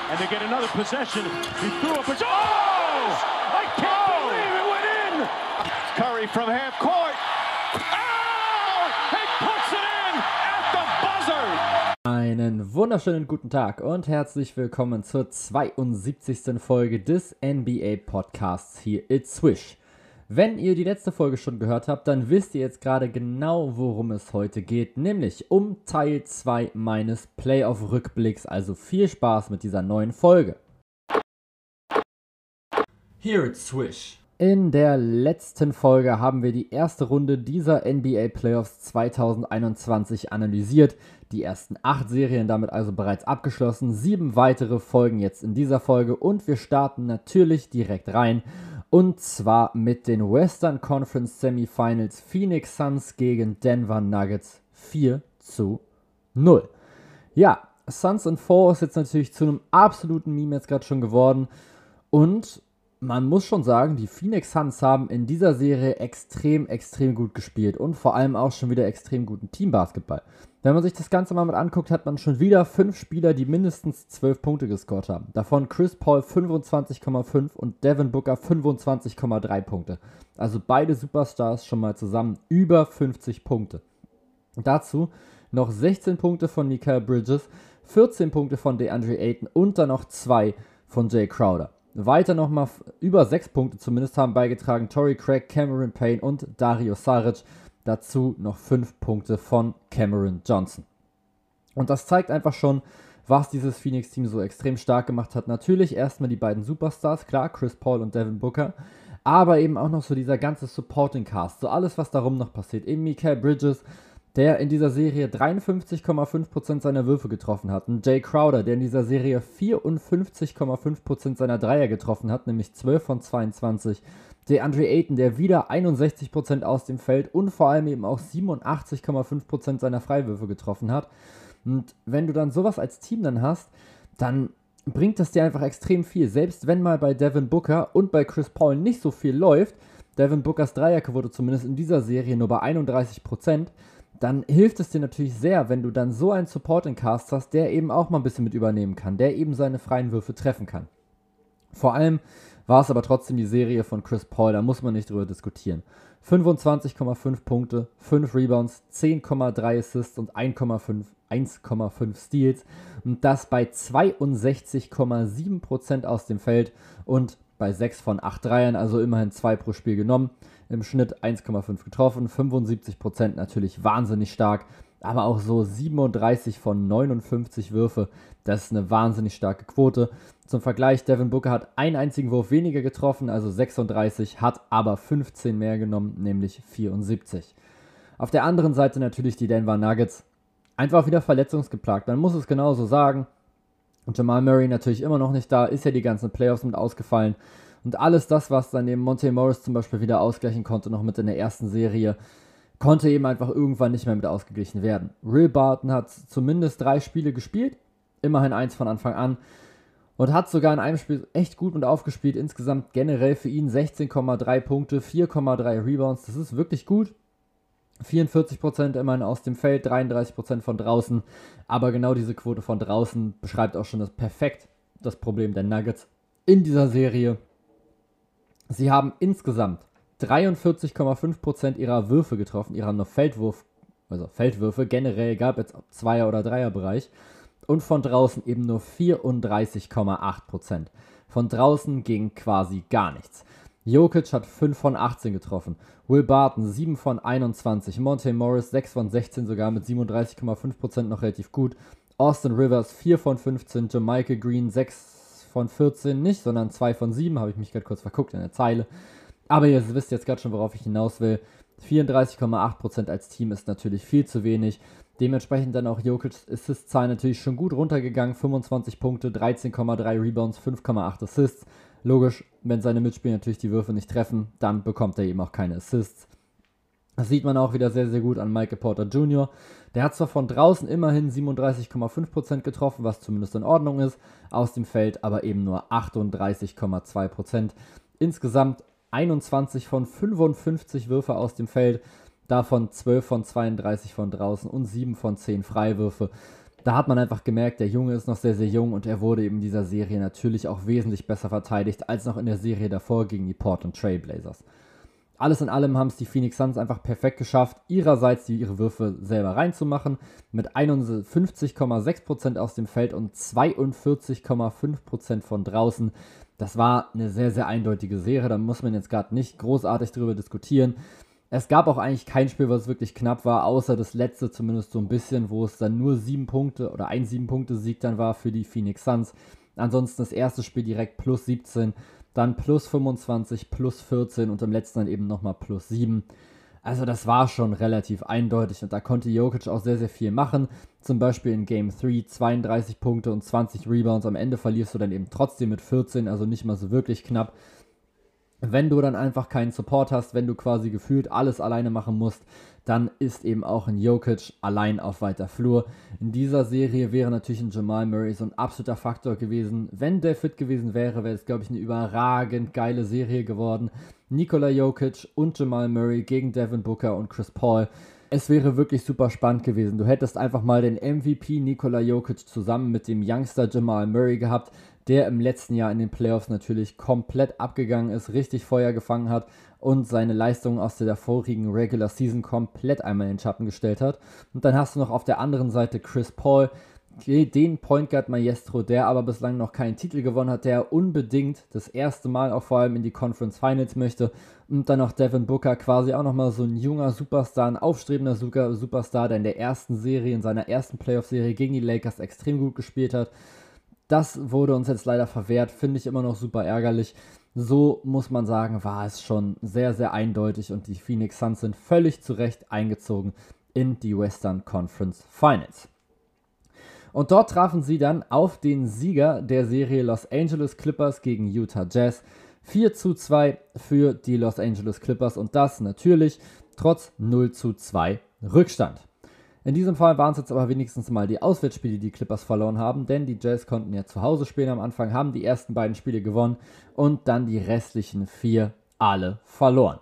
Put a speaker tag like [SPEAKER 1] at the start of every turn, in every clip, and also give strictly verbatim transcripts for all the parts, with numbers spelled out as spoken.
[SPEAKER 1] and they get another possession. He threw up a... Oh! I can't oh! believe it went in! Curry from half court. Oh! He puts it in at the buzzer!
[SPEAKER 2] Einen wunderschönen guten Tag und herzlich willkommen zur zweiundsiebzigsten Folge des N B A Podcasts hier It's Swish. Wenn ihr die letzte Folge schon gehört habt, dann wisst ihr jetzt gerade genau, worum es heute geht, nämlich um Teil zwei meines Playoff-Rückblicks, also viel Spaß mit dieser neuen Folge. Here it's Swish. In der letzten Folge haben wir die erste Runde dieser N B A Playoffs zweitausendeinundzwanzig analysiert, die ersten acht Serien damit also bereits abgeschlossen, sieben weitere folgen jetzt in dieser Folge und wir starten natürlich direkt rein. Und zwar mit den Western Conference Semifinals Phoenix Suns gegen Denver Nuggets vier zu null. Ja, Suns and Four ist jetzt natürlich zu einem absoluten Meme jetzt gerade schon geworden. Und man muss schon sagen, die Phoenix Suns haben in dieser Serie extrem, extrem gut gespielt. Und vor allem auch schon wieder extrem guten Teambasketball. Wenn man sich das Ganze mal mit anguckt, hat man schon wieder fünf Spieler, die mindestens zwölf Punkte gescored haben. Davon Chris Paul fünfundzwanzig Komma fünf und Devin Booker fünfundzwanzig Komma drei Punkte. Also beide Superstars schon mal zusammen über fünfzig Punkte. Dazu noch sechzehn Punkte von Mikal Bridges, vierzehn Punkte von DeAndre Ayton und dann noch zwei von Jay Crowder. Weiter nochmal über sechs Punkte zumindest haben beigetragen Torrey Craig, Cameron Payne und Dario Saric. Dazu noch fünf Punkte von Cameron Johnson. Und das zeigt einfach schon, was dieses Phoenix-Team so extrem stark gemacht hat. Natürlich erstmal die beiden Superstars, klar, Chris Paul und Devin Booker, aber eben auch noch so dieser ganze Supporting-Cast, so alles, was darum noch passiert. Eben Mikal Bridges, der in dieser Serie dreiundfünfzig Komma fünf Prozent seiner Würfe getroffen hat. Und Jay Crowder, der in dieser Serie vierundfünfzig Komma fünf Prozent seiner Dreier getroffen hat, nämlich zwölf von zweiundzwanzig. DeAndre Ayton, der wieder einundsechzig Prozent aus dem Feld und vor allem eben auch siebenundachtzig Komma fünf Prozent seiner Freiwürfe getroffen hat. Und wenn du dann sowas als Team dann hast, dann bringt das dir einfach extrem viel. Selbst wenn mal bei Devin Booker und bei Chris Paul nicht so viel läuft, Devin Bookers Dreierquote zumindest in dieser Serie nur bei einunddreißig Prozent, dann hilft es dir natürlich sehr, wenn du dann so einen Supporting Cast hast, der eben auch mal ein bisschen mit übernehmen kann, der eben seine freien Würfe treffen kann. Vor allem war es aber trotzdem die Serie von Chris Paul, da muss man nicht drüber diskutieren. fünfundzwanzig Komma fünf Punkte, fünf Rebounds, zehn Komma drei Assists und eins Komma fünf Steals. Und das bei zweiundsechzig Komma sieben Prozent aus dem Feld und bei sechs von acht Dreiern, also immerhin zwei pro Spiel genommen. Im Schnitt eins Komma fünf getroffen, fünfundsiebzig Prozent natürlich wahnsinnig stark. Aber auch so siebenunddreißig von neunundfünfzig Würfe, das ist eine wahnsinnig starke Quote. Zum Vergleich, Devin Booker hat einen einzigen Wurf weniger getroffen, also sechsunddreißig, hat aber fünfzehn mehr genommen, nämlich vierundsiebzig. Auf der anderen Seite natürlich die Denver Nuggets, einfach wieder verletzungsgeplagt, man muss es genauso sagen. Und Jamal Murray natürlich immer noch nicht da, ist ja die ganzen Playoffs mit ausgefallen. Und alles das, was dann eben Monte Morris zum Beispiel wieder ausgleichen konnte, noch mit in der ersten Serie, konnte eben einfach irgendwann nicht mehr mit ausgeglichen werden. Will Barton hat zumindest drei Spiele gespielt, immerhin eins von Anfang an, und hat sogar in einem Spiel echt gut mit aufgespielt. Insgesamt generell für ihn sechzehn Komma drei Punkte, vier Komma drei Rebounds, das ist wirklich gut. vierundvierzig Prozent immerhin aus dem Feld, dreiunddreißig Prozent von draußen, aber genau diese Quote von draußen beschreibt auch schon das perfekt das Problem der Nuggets in dieser Serie. Sie haben insgesamt dreiundvierzig Komma fünf Prozent ihrer Würfe getroffen, ihrer nur Feldwurf, also Feldwürfe, generell gab jetzt Zweier- oder Dreierbereich und von draußen eben nur vierunddreißig Komma acht Prozent. Von draußen ging quasi gar nichts. Jokic hat fünf von achtzehn getroffen, Will Barton sieben von einundzwanzig, Monte Morris sechs von sechzehn sogar mit siebenunddreißig Komma fünf Prozent noch relativ gut, Austin Rivers vier von fünfzehn, Jermichael Green sechs von vierzehn nicht, sondern zwei von sieben, habe ich mich gerade kurz verguckt in der Zeile. Aber ihr wisst jetzt gerade schon, worauf ich hinaus will. vierunddreißig Komma acht Prozent als Team ist natürlich viel zu wenig. Dementsprechend dann auch Jokic's Assist-Zahlen natürlich schon gut runtergegangen. fünfundzwanzig Punkte, dreizehn Komma drei Rebounds, fünf Komma acht Assists. Logisch, wenn seine Mitspieler natürlich die Würfe nicht treffen, dann bekommt er eben auch keine Assists. Das sieht man auch wieder sehr, sehr gut an Michael Porter Junior Der hat zwar von draußen immerhin siebenunddreißig Komma fünf Prozent getroffen, was zumindest in Ordnung ist. Aus dem Feld aber eben nur achtunddreißig Komma zwei Prozent. Insgesamt einundzwanzig von fünfundfünfzig Würfe aus dem Feld, davon zwölf von zweiunddreißig von draußen und sieben von zehn Freiwürfe. Da hat man einfach gemerkt, der Junge ist noch sehr, sehr jung und er wurde eben in dieser Serie natürlich auch wesentlich besser verteidigt als noch in der Serie davor gegen die Portland Trail Blazers. Alles in allem haben es die Phoenix Suns einfach perfekt geschafft, ihrerseits die, ihre Würfe selber reinzumachen, mit einundfünfzig Komma sechs Prozent aus dem Feld und zweiundvierzig Komma fünf Prozent von draußen. Das war eine sehr, sehr eindeutige Serie, da muss man jetzt gerade nicht großartig drüber diskutieren. Es gab auch eigentlich kein Spiel, was wirklich knapp war, außer das letzte zumindest so ein bisschen, wo es dann nur sieben Punkte oder ein sieben Punkte Sieg dann war für die Phoenix Suns. Ansonsten das erste Spiel direkt plus siebzehn, dann plus fünfundzwanzig, plus vierzehn und im letzten dann eben nochmal plus sieben. Also das war schon relativ eindeutig und da konnte Jokic auch sehr, sehr viel machen. Zum Beispiel in Game drei zweiunddreißig Punkte und zwanzig Rebounds. Am Ende verlierst du dann eben trotzdem mit vierzehn, also nicht mal so wirklich knapp. Wenn du dann einfach keinen Support hast, wenn du quasi gefühlt alles alleine machen musst, dann ist eben auch ein Jokic allein auf weiter Flur. In dieser Serie wäre natürlich ein Jamal Murray so ein absoluter Faktor gewesen. Wenn der fit gewesen wäre, wäre es, glaube ich, eine überragend geile Serie geworden. Nikola Jokic und Jamal Murray gegen Devin Booker und Chris Paul. Es wäre wirklich super spannend gewesen. Du hättest einfach mal den M V P Nikola Jokic zusammen mit dem Youngster Jamal Murray gehabt, der im letzten Jahr in den Playoffs natürlich komplett abgegangen ist, richtig Feuer gefangen hat und seine Leistungen aus der vorigen Regular Season komplett einmal in den Schatten gestellt hat. Und dann hast du noch auf der anderen Seite Chris Paul, den Point Guard Maestro, der aber bislang noch keinen Titel gewonnen hat, der unbedingt das erste Mal auch vor allem in die Conference Finals möchte. Und dann noch Devin Booker, quasi auch nochmal so ein junger Superstar, ein aufstrebender Superstar, der in der ersten Serie, in seiner ersten Playoff-Serie gegen die Lakers extrem gut gespielt hat. Das wurde uns jetzt leider verwehrt, finde ich immer noch super ärgerlich. So muss man sagen, war es schon sehr, sehr eindeutig und die Phoenix Suns sind völlig zu Recht eingezogen in die Western Conference Finals. Und dort trafen sie dann auf den Sieger der Serie Los Angeles Clippers gegen Utah Jazz. vier zu zwei für die Los Angeles Clippers und das natürlich trotz null zu zwei Rückstand. In diesem Fall waren es jetzt aber wenigstens mal die Auswärtsspiele, die die Clippers verloren haben, denn die Jazz konnten ja zu Hause spielen am Anfang, haben die ersten beiden Spiele gewonnen und dann die restlichen vier alle verloren.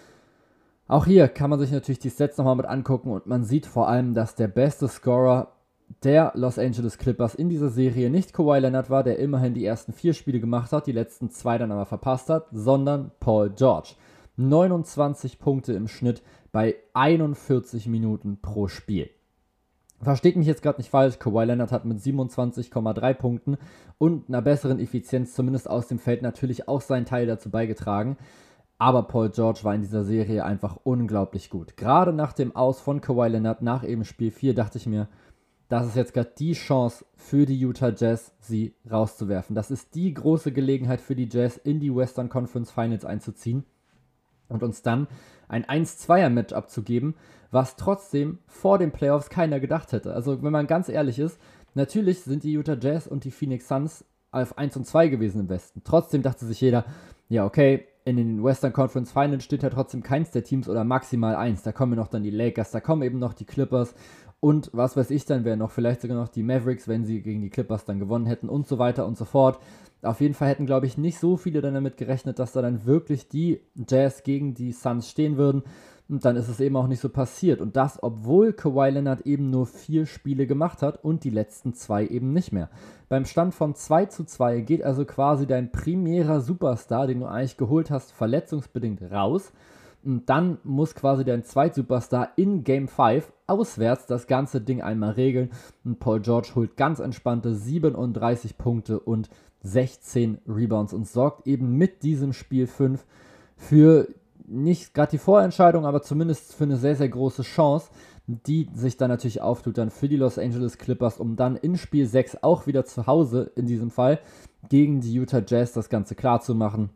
[SPEAKER 2] Auch hier kann man sich natürlich die Stats nochmal mit angucken und man sieht vor allem, dass der beste Scorer der Los Angeles Clippers in dieser Serie nicht Kawhi Leonard war, der immerhin die ersten vier Spiele gemacht hat, die letzten zwei dann aber verpasst hat, sondern Paul George. neunundzwanzig Punkte im Schnitt bei einundvierzig Minuten pro Spiel. Versteht mich jetzt gerade nicht falsch, Kawhi Leonard hat mit siebenundzwanzig Komma drei Punkten und einer besseren Effizienz zumindest aus dem Feld natürlich auch seinen Teil dazu beigetragen. Aber Paul George war in dieser Serie einfach unglaublich gut. Gerade nach dem Aus von Kawhi Leonard, nach eben Spiel vier, dachte ich mir, das ist jetzt gerade die Chance für die Utah Jazz, sie rauszuwerfen. Das ist die große Gelegenheit für die Jazz, in die Western Conference Finals einzuziehen und uns dann ein eins zwei Matchup zu geben, was trotzdem vor den Playoffs keiner gedacht hätte. Also wenn man ganz ehrlich ist, natürlich sind die Utah Jazz und die Phoenix Suns auf eins und zwei gewesen im Westen. Trotzdem dachte sich jeder, ja okay, in den Western Conference Finals steht ja trotzdem keins der Teams oder maximal eins. Da kommen noch dann die Lakers, da kommen eben noch die Clippers und was weiß ich dann, wären noch vielleicht sogar noch die Mavericks, wenn sie gegen die Clippers dann gewonnen hätten und so weiter und so fort. Auf jeden Fall hätten, glaube ich, nicht so viele dann damit gerechnet, dass da dann wirklich die Jazz gegen die Suns stehen würden. Und dann ist es eben auch nicht so passiert. Und das, obwohl Kawhi Leonard eben nur vier Spiele gemacht hat und die letzten zwei eben nicht mehr. Beim Stand von zwei zu zwei geht also quasi dein primärer Superstar, den du eigentlich geholt hast, verletzungsbedingt raus. Und dann muss quasi dein Zweitsuperstar in Game fünf auswärts das ganze Ding einmal regeln. Und Paul George holt ganz entspannte siebenunddreißig Punkte und sechzehn Rebounds und sorgt eben mit diesem Spiel fünf für nicht gerade die Vorentscheidung, aber zumindest für eine sehr, sehr große Chance, die sich dann natürlich auftut dann für die Los Angeles Clippers, um dann in Spiel sechs auch wieder zu Hause in diesem Fall gegen die Utah Jazz das Ganze klar zu machen.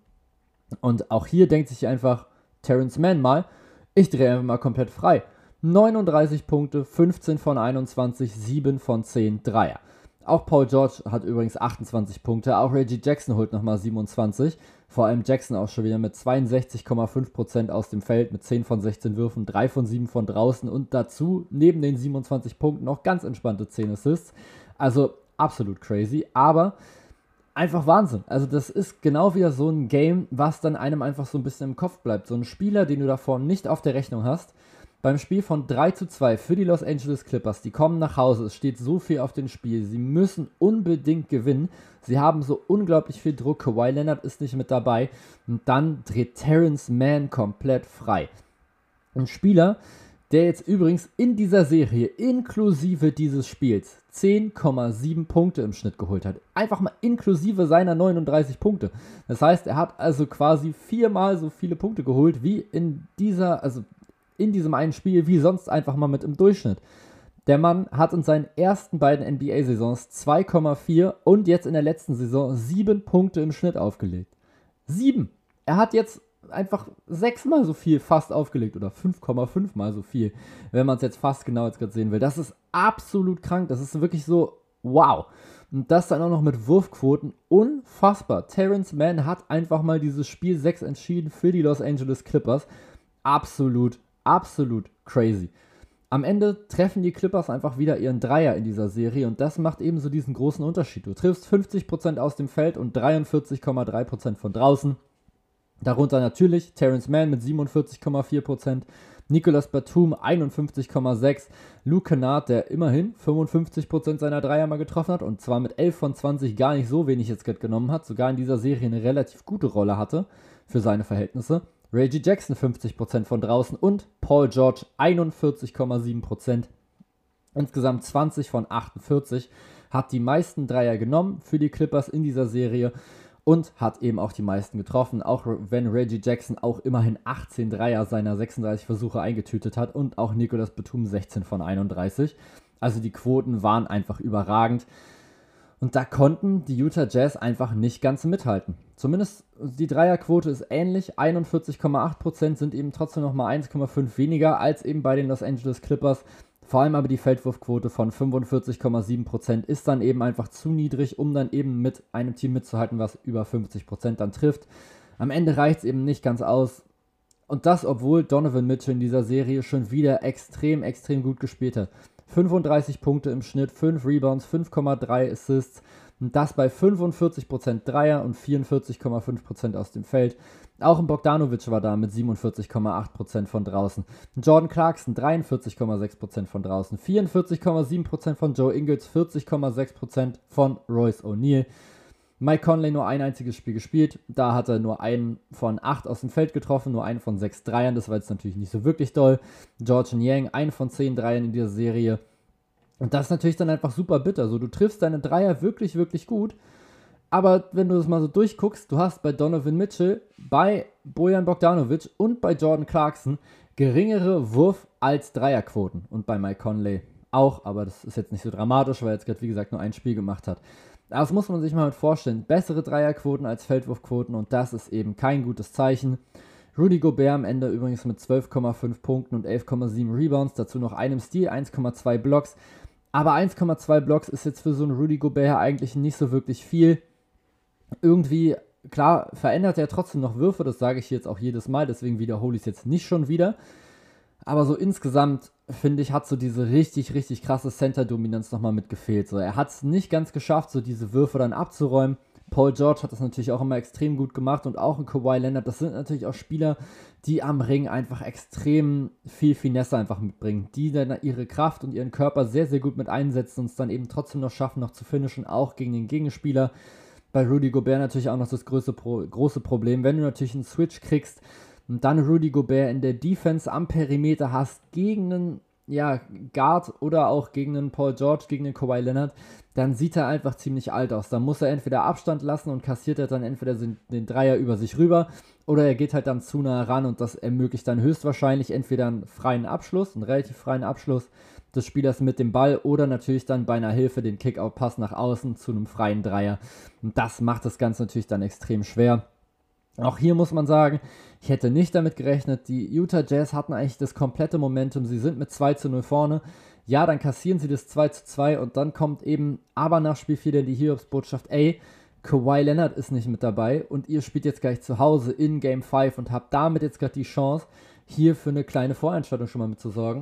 [SPEAKER 2] Und auch hier denkt sich einfach Terrence Mann mal, ich drehe einfach mal komplett frei. neununddreißig Punkte, fünfzehn von einundzwanzig, sieben von zehn Dreier. Auch Paul George hat übrigens achtundzwanzig Punkte, auch Reggie Jackson holt nochmal siebenundzwanzig. Vor allem Jackson auch schon wieder mit zweiundsechzig Komma fünf Prozent aus dem Feld, mit zehn von sechzehn Würfen, drei von sieben von draußen und dazu neben den siebenundzwanzig Punkten noch ganz entspannte zehn Assists. Also absolut crazy, aber einfach Wahnsinn. Also das ist genau wieder so ein Game, was dann einem einfach so ein bisschen im Kopf bleibt. So ein Spieler, den du davor nicht auf der Rechnung hast, Beim Spiel von drei zu zwei für die Los Angeles Clippers, die kommen nach Hause, es steht so viel auf dem Spiel, sie müssen unbedingt gewinnen, sie haben so unglaublich viel Druck, Kawhi Leonard ist nicht mit dabei und dann dreht Terrence Mann komplett frei. Ein Spieler, der jetzt übrigens in dieser Serie inklusive dieses Spiels zehn Komma sieben Punkte im Schnitt geholt hat. Einfach mal inklusive seiner neununddreißig Punkte. Das heißt, er hat also quasi viermal so viele Punkte geholt wie in dieser, also in diesem einen Spiel, wie sonst einfach mal mit im Durchschnitt. Der Mann hat in seinen ersten beiden N B A-Saisons zwei Komma vier und jetzt in der letzten Saison sieben Punkte im Schnitt aufgelegt. Sieben! Er hat jetzt einfach sechsmal so viel fast aufgelegt oder fünf Komma fünf mal so viel, wenn man es jetzt fast genau jetzt gerade sehen will. Das ist absolut krank, das ist wirklich so wow. Und das dann auch noch mit Wurfquoten, unfassbar. Terrence Mann hat einfach mal dieses Spiel sechs entschieden für die Los Angeles Clippers. Absolut, absolut crazy. Am Ende treffen die Clippers einfach wieder ihren Dreier in dieser Serie und das macht eben so diesen großen Unterschied. Du triffst fünfzig Prozent aus dem Feld und dreiundvierzig Komma drei Prozent von draußen. Darunter natürlich Terrence Mann mit siebenundvierzig Komma vier Prozent, Nicolas Batum einundfünfzig Komma sechs Prozent, Luke Kennard, der immerhin fünfundfünfzig Prozent seiner Dreier mal getroffen hat und zwar mit elf von zwanzig gar nicht so wenig jetzt gerade genommen hat, sogar in dieser Serie eine relativ gute Rolle hatte für seine Verhältnisse. Reggie Jackson fünfzig Prozent von draußen und Paul George einundvierzig Komma sieben Prozent. Insgesamt zwanzig von achtundvierzig, hat die meisten Dreier genommen für die Clippers in dieser Serie und hat eben auch die meisten getroffen, auch wenn Reggie Jackson auch immerhin achtzehn Dreier seiner sechsunddreißig Versuche eingetütet hat und auch Nicolas Batum sechzehn von einunddreißig. Also die Quoten waren einfach überragend. Und da konnten die Utah Jazz einfach nicht ganz mithalten. Zumindest die Dreierquote ist ähnlich, einundvierzig Komma acht Prozent sind eben trotzdem nochmal eins Komma fünf weniger als eben bei den Los Angeles Clippers. Vor allem aber die Feldwurfquote von fünfundvierzig Komma sieben Prozent ist dann eben einfach zu niedrig, um dann eben mit einem Team mitzuhalten, was über fünfzig Prozent dann trifft. Am Ende reicht es eben nicht ganz aus. Und das, obwohl Donovan Mitchell in dieser Serie schon wieder extrem, extrem gut gespielt hat. fünfunddreißig Punkte im Schnitt, fünf Rebounds, fünf Komma drei Assists. Und das bei fünfundvierzig Prozent Dreier und vierundvierzig Komma fünf Prozent aus dem Feld. Auch ein Bogdanovic war da mit siebenundvierzig Komma acht Prozent von draußen. Jordan Clarkson dreiundvierzig Komma sechs Prozent von draußen. vierundvierzig Komma sieben Prozent von Joe Ingles, vierzig Komma sechs Prozent von Royce O'Neal. Mike Conley nur ein einziges Spiel gespielt. Da hat er nur einen von acht aus dem Feld getroffen, nur einen von sechs Dreiern. Das war jetzt natürlich nicht so wirklich doll. George Niang, einen von zehn Dreiern in dieser Serie. Und das ist natürlich dann einfach super bitter. So, du triffst deine Dreier wirklich, wirklich gut. Aber wenn du das mal so durchguckst, du hast bei Donovan Mitchell, bei Bojan Bogdanovic und bei Jordan Clarkson geringere Wurf- als Dreierquoten. Und bei Mike Conley auch, aber das ist jetzt nicht so dramatisch, weil er jetzt gerade, wie gesagt, nur ein Spiel gemacht hat. Das muss man sich mal vorstellen. Bessere Dreierquoten als Feldwurfquoten und das ist eben kein gutes Zeichen. Rudy Gobert am Ende übrigens mit zwölf Komma fünf Punkten und elf Komma sieben Rebounds, dazu noch einem Steal, eins Komma zwei Blocks. Aber eins Komma zwei Blocks ist jetzt für so einen Rudy Gobert eigentlich nicht so wirklich viel. Irgendwie, klar, verändert er trotzdem noch Würfe, das sage ich jetzt auch jedes Mal, deswegen wiederhole ich es jetzt nicht schon wieder. Aber so insgesamt, finde ich, hat so diese richtig, richtig krasse Center-Dominanz nochmal mitgefehlt. So, er hat es nicht ganz geschafft, so diese Würfe dann abzuräumen. Paul George hat das natürlich auch immer extrem gut gemacht und auch ein Kawhi Leonard. Das sind natürlich auch Spieler, die am Ring einfach extrem viel Finesse einfach mitbringen, die dann ihre Kraft und ihren Körper sehr, sehr gut mit einsetzen und es dann eben trotzdem noch schaffen, noch zu finishen, auch gegen den Gegenspieler. Bei Rudy Gobert natürlich auch noch das größte Pro- große Problem, wenn du natürlich einen Switch kriegst und dann Rudy Gobert in der Defense am Perimeter hast gegen einen ja, Guard oder auch gegen einen Paul George, gegen den Kawhi Leonard, dann sieht er einfach ziemlich alt aus. Da muss er entweder Abstand lassen und kassiert er dann entweder den Dreier über sich rüber oder er geht halt dann zu nah ran und das ermöglicht dann höchstwahrscheinlich entweder einen freien Abschluss, einen relativ freien Abschluss des Spielers mit dem Ball oder natürlich dann bei einer Hilfe den Kick-Out-Pass nach außen zu einem freien Dreier. Und das macht das Ganze natürlich dann extrem schwer. Auch hier muss man sagen, ich hätte nicht damit gerechnet, die Utah Jazz hatten eigentlich das komplette Momentum, sie sind mit zwei zu null vorne, ja, dann kassieren sie das zwei zu zwei und dann kommt eben aber nach Spiel vier die Hiobsbotschaft, ey, Kawhi Leonard ist nicht mit dabei und ihr spielt jetzt gleich zu Hause in Game fünf und habt damit jetzt gerade die Chance, hier für eine kleine Vorentscheidung schon mal mitzusorgen.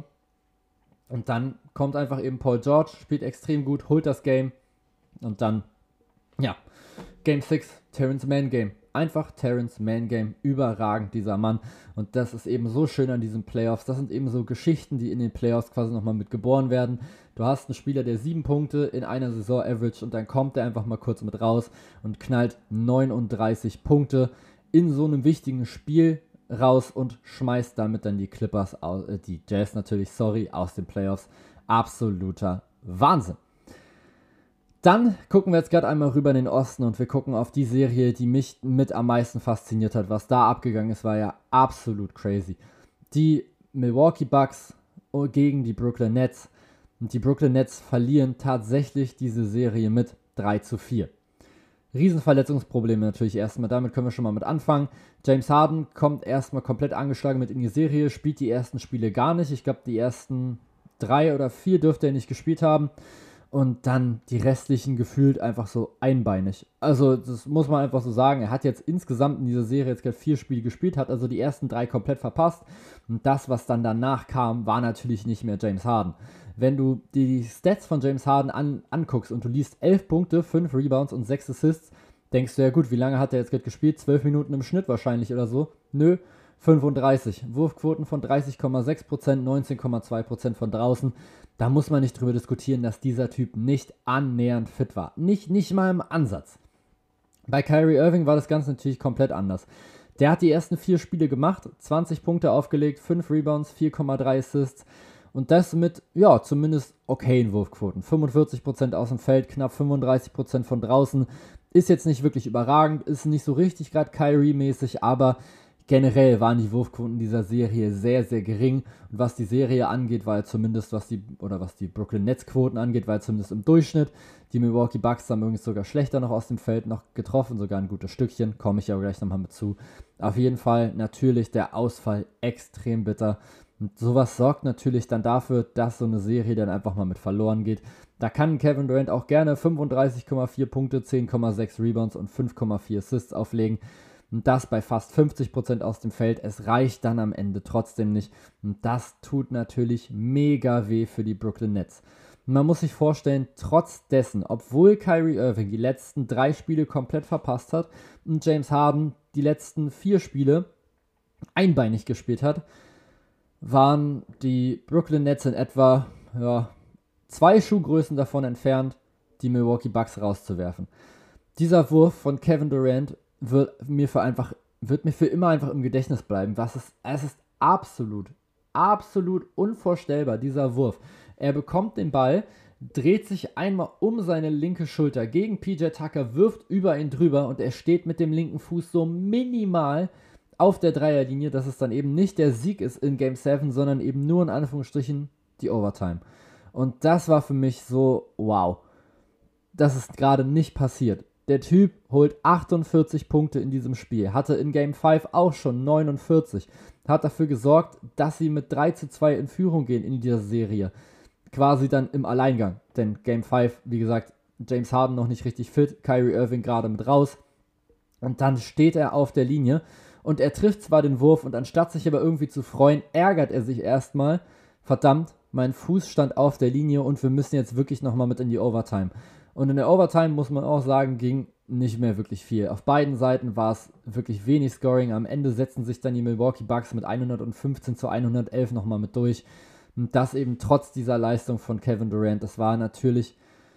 [SPEAKER 2] Und dann kommt einfach eben Paul George, spielt extrem gut, holt das Game und dann, ja, Game sechs, Terrence Mann Game. einfach Terrence Mann Game, überragend dieser Mann. Und das ist eben so schön an diesen Playoffs. Das sind eben so Geschichten, die in den Playoffs quasi nochmal mit geboren werden. Du hast einen Spieler, der sieben Punkte in einer Saison average und dann kommt er einfach mal kurz mit raus und knallt neununddreißig Punkte in so einem wichtigen Spiel raus und schmeißt damit dann die Clippers, aus, äh, die Jazz natürlich, sorry, aus den Playoffs. Absoluter Wahnsinn. Dann gucken wir jetzt gerade einmal rüber in den Osten und wir gucken auf die Serie, die mich mit am meisten fasziniert hat. Was da abgegangen ist, war ja absolut crazy. Die Milwaukee Bucks gegen die Brooklyn Nets. Und die Brooklyn Nets verlieren tatsächlich diese Serie mit drei zu vier. Riesenverletzungsprobleme natürlich erstmal, damit können wir schon mal mit anfangen. James Harden kommt erstmal komplett angeschlagen mit in die Serie, spielt die ersten Spiele gar nicht. Ich glaube, die ersten drei oder vier dürfte er nicht gespielt haben. Und dann die restlichen gefühlt einfach so einbeinig. Also das muss man einfach so sagen. Er hat jetzt insgesamt in dieser Serie jetzt gerade vier Spiele gespielt, hat also die ersten drei komplett verpasst. Und das, was dann danach kam, war natürlich nicht mehr James Harden. Wenn du dir die Stats von James Harden an, anguckst und du liest elf Punkte, fünf Rebounds und sechs Assists, denkst du ja gut, wie lange hat er jetzt gerade gespielt? zwölf Minuten im Schnitt wahrscheinlich oder so. Nö, fünfunddreißig. Wurfquoten von dreißig Komma sechs Prozent, neunzehn Komma zwei Prozent von draußen. Da muss man nicht drüber diskutieren, dass dieser Typ nicht annähernd fit war. Nicht, nicht mal im Ansatz. Bei Kyrie Irving war das Ganze natürlich komplett anders. Der hat die ersten vier Spiele gemacht, zwanzig Punkte aufgelegt, fünf Rebounds, vier Komma drei Assists und das mit, ja, zumindest okayen Wurfquoten. fünfundvierzig Prozent aus dem Feld, knapp fünfunddreißig Prozent von draußen. Ist jetzt nicht wirklich überragend, ist nicht so richtig gerade Kyrie-mäßig, aber generell waren die Wurfquoten dieser Serie sehr, sehr gering. Und was die Serie angeht, war zumindest, was die, oder was die Brooklyn Nets Quoten angeht, war zumindest im Durchschnitt. Die Milwaukee Bucks haben übrigens sogar schlechter noch aus dem Feld noch getroffen, sogar ein gutes Stückchen, komme ich ja gleich nochmal mit zu. Auf jeden Fall natürlich der Ausfall extrem bitter. Und sowas sorgt natürlich dann dafür, dass so eine Serie dann einfach mal mit verloren geht. Da kann Kevin Durant auch gerne fünfunddreißig Komma vier Punkte, zehn Komma sechs Rebounds und fünf Komma vier Assists auflegen. Und das bei fast fünfzig Prozent aus dem Feld. Es reicht dann am Ende trotzdem nicht. Und das tut natürlich mega weh für die Brooklyn Nets. Und man muss sich vorstellen, trotz dessen, obwohl Kyrie Irving die letzten drei Spiele komplett verpasst hat und James Harden die letzten vier Spiele einbeinig gespielt hat, waren die Brooklyn Nets in etwa ja, zwei Schuhgrößen davon entfernt, die Milwaukee Bucks rauszuwerfen. Dieser Wurf von Kevin Durant wird mir für einfach, wird mir für immer einfach im Gedächtnis bleiben. Was ist, es ist absolut, absolut unvorstellbar, dieser Wurf. Er bekommt den Ball, dreht sich einmal um seine linke Schulter gegen P J Tucker, wirft über ihn drüber und er steht mit dem linken Fuß so minimal auf der Dreierlinie, dass es dann eben nicht der Sieg ist in Game sieben, sondern eben nur in Anführungsstrichen die Overtime. Und das war für mich so, wow, das ist gerade nicht passiert. Der Typ holt achtundvierzig Punkte in diesem Spiel, hatte in Game fünf auch schon neunundvierzig, hat dafür gesorgt, dass sie mit drei zu zwei in Führung gehen in dieser Serie. Quasi dann im Alleingang, denn Game fünf, wie gesagt, James Harden noch nicht richtig fit, Kyrie Irving gerade mit raus und dann steht er auf der Linie und er trifft zwar den Wurf und anstatt sich aber irgendwie zu freuen, ärgert er sich erstmal, verdammt, mein Fuß stand auf der Linie und wir müssen jetzt wirklich nochmal mit in die Overtime. Und in der Overtime, muss man auch sagen, ging nicht mehr wirklich viel. Auf beiden Seiten war es wirklich wenig Scoring. Am Ende setzten sich dann die Milwaukee Bucks mit hundertfünfzehn zu hundertelf nochmal mit durch. Und das eben trotz dieser Leistung von Kevin Durant. Das war natürlich,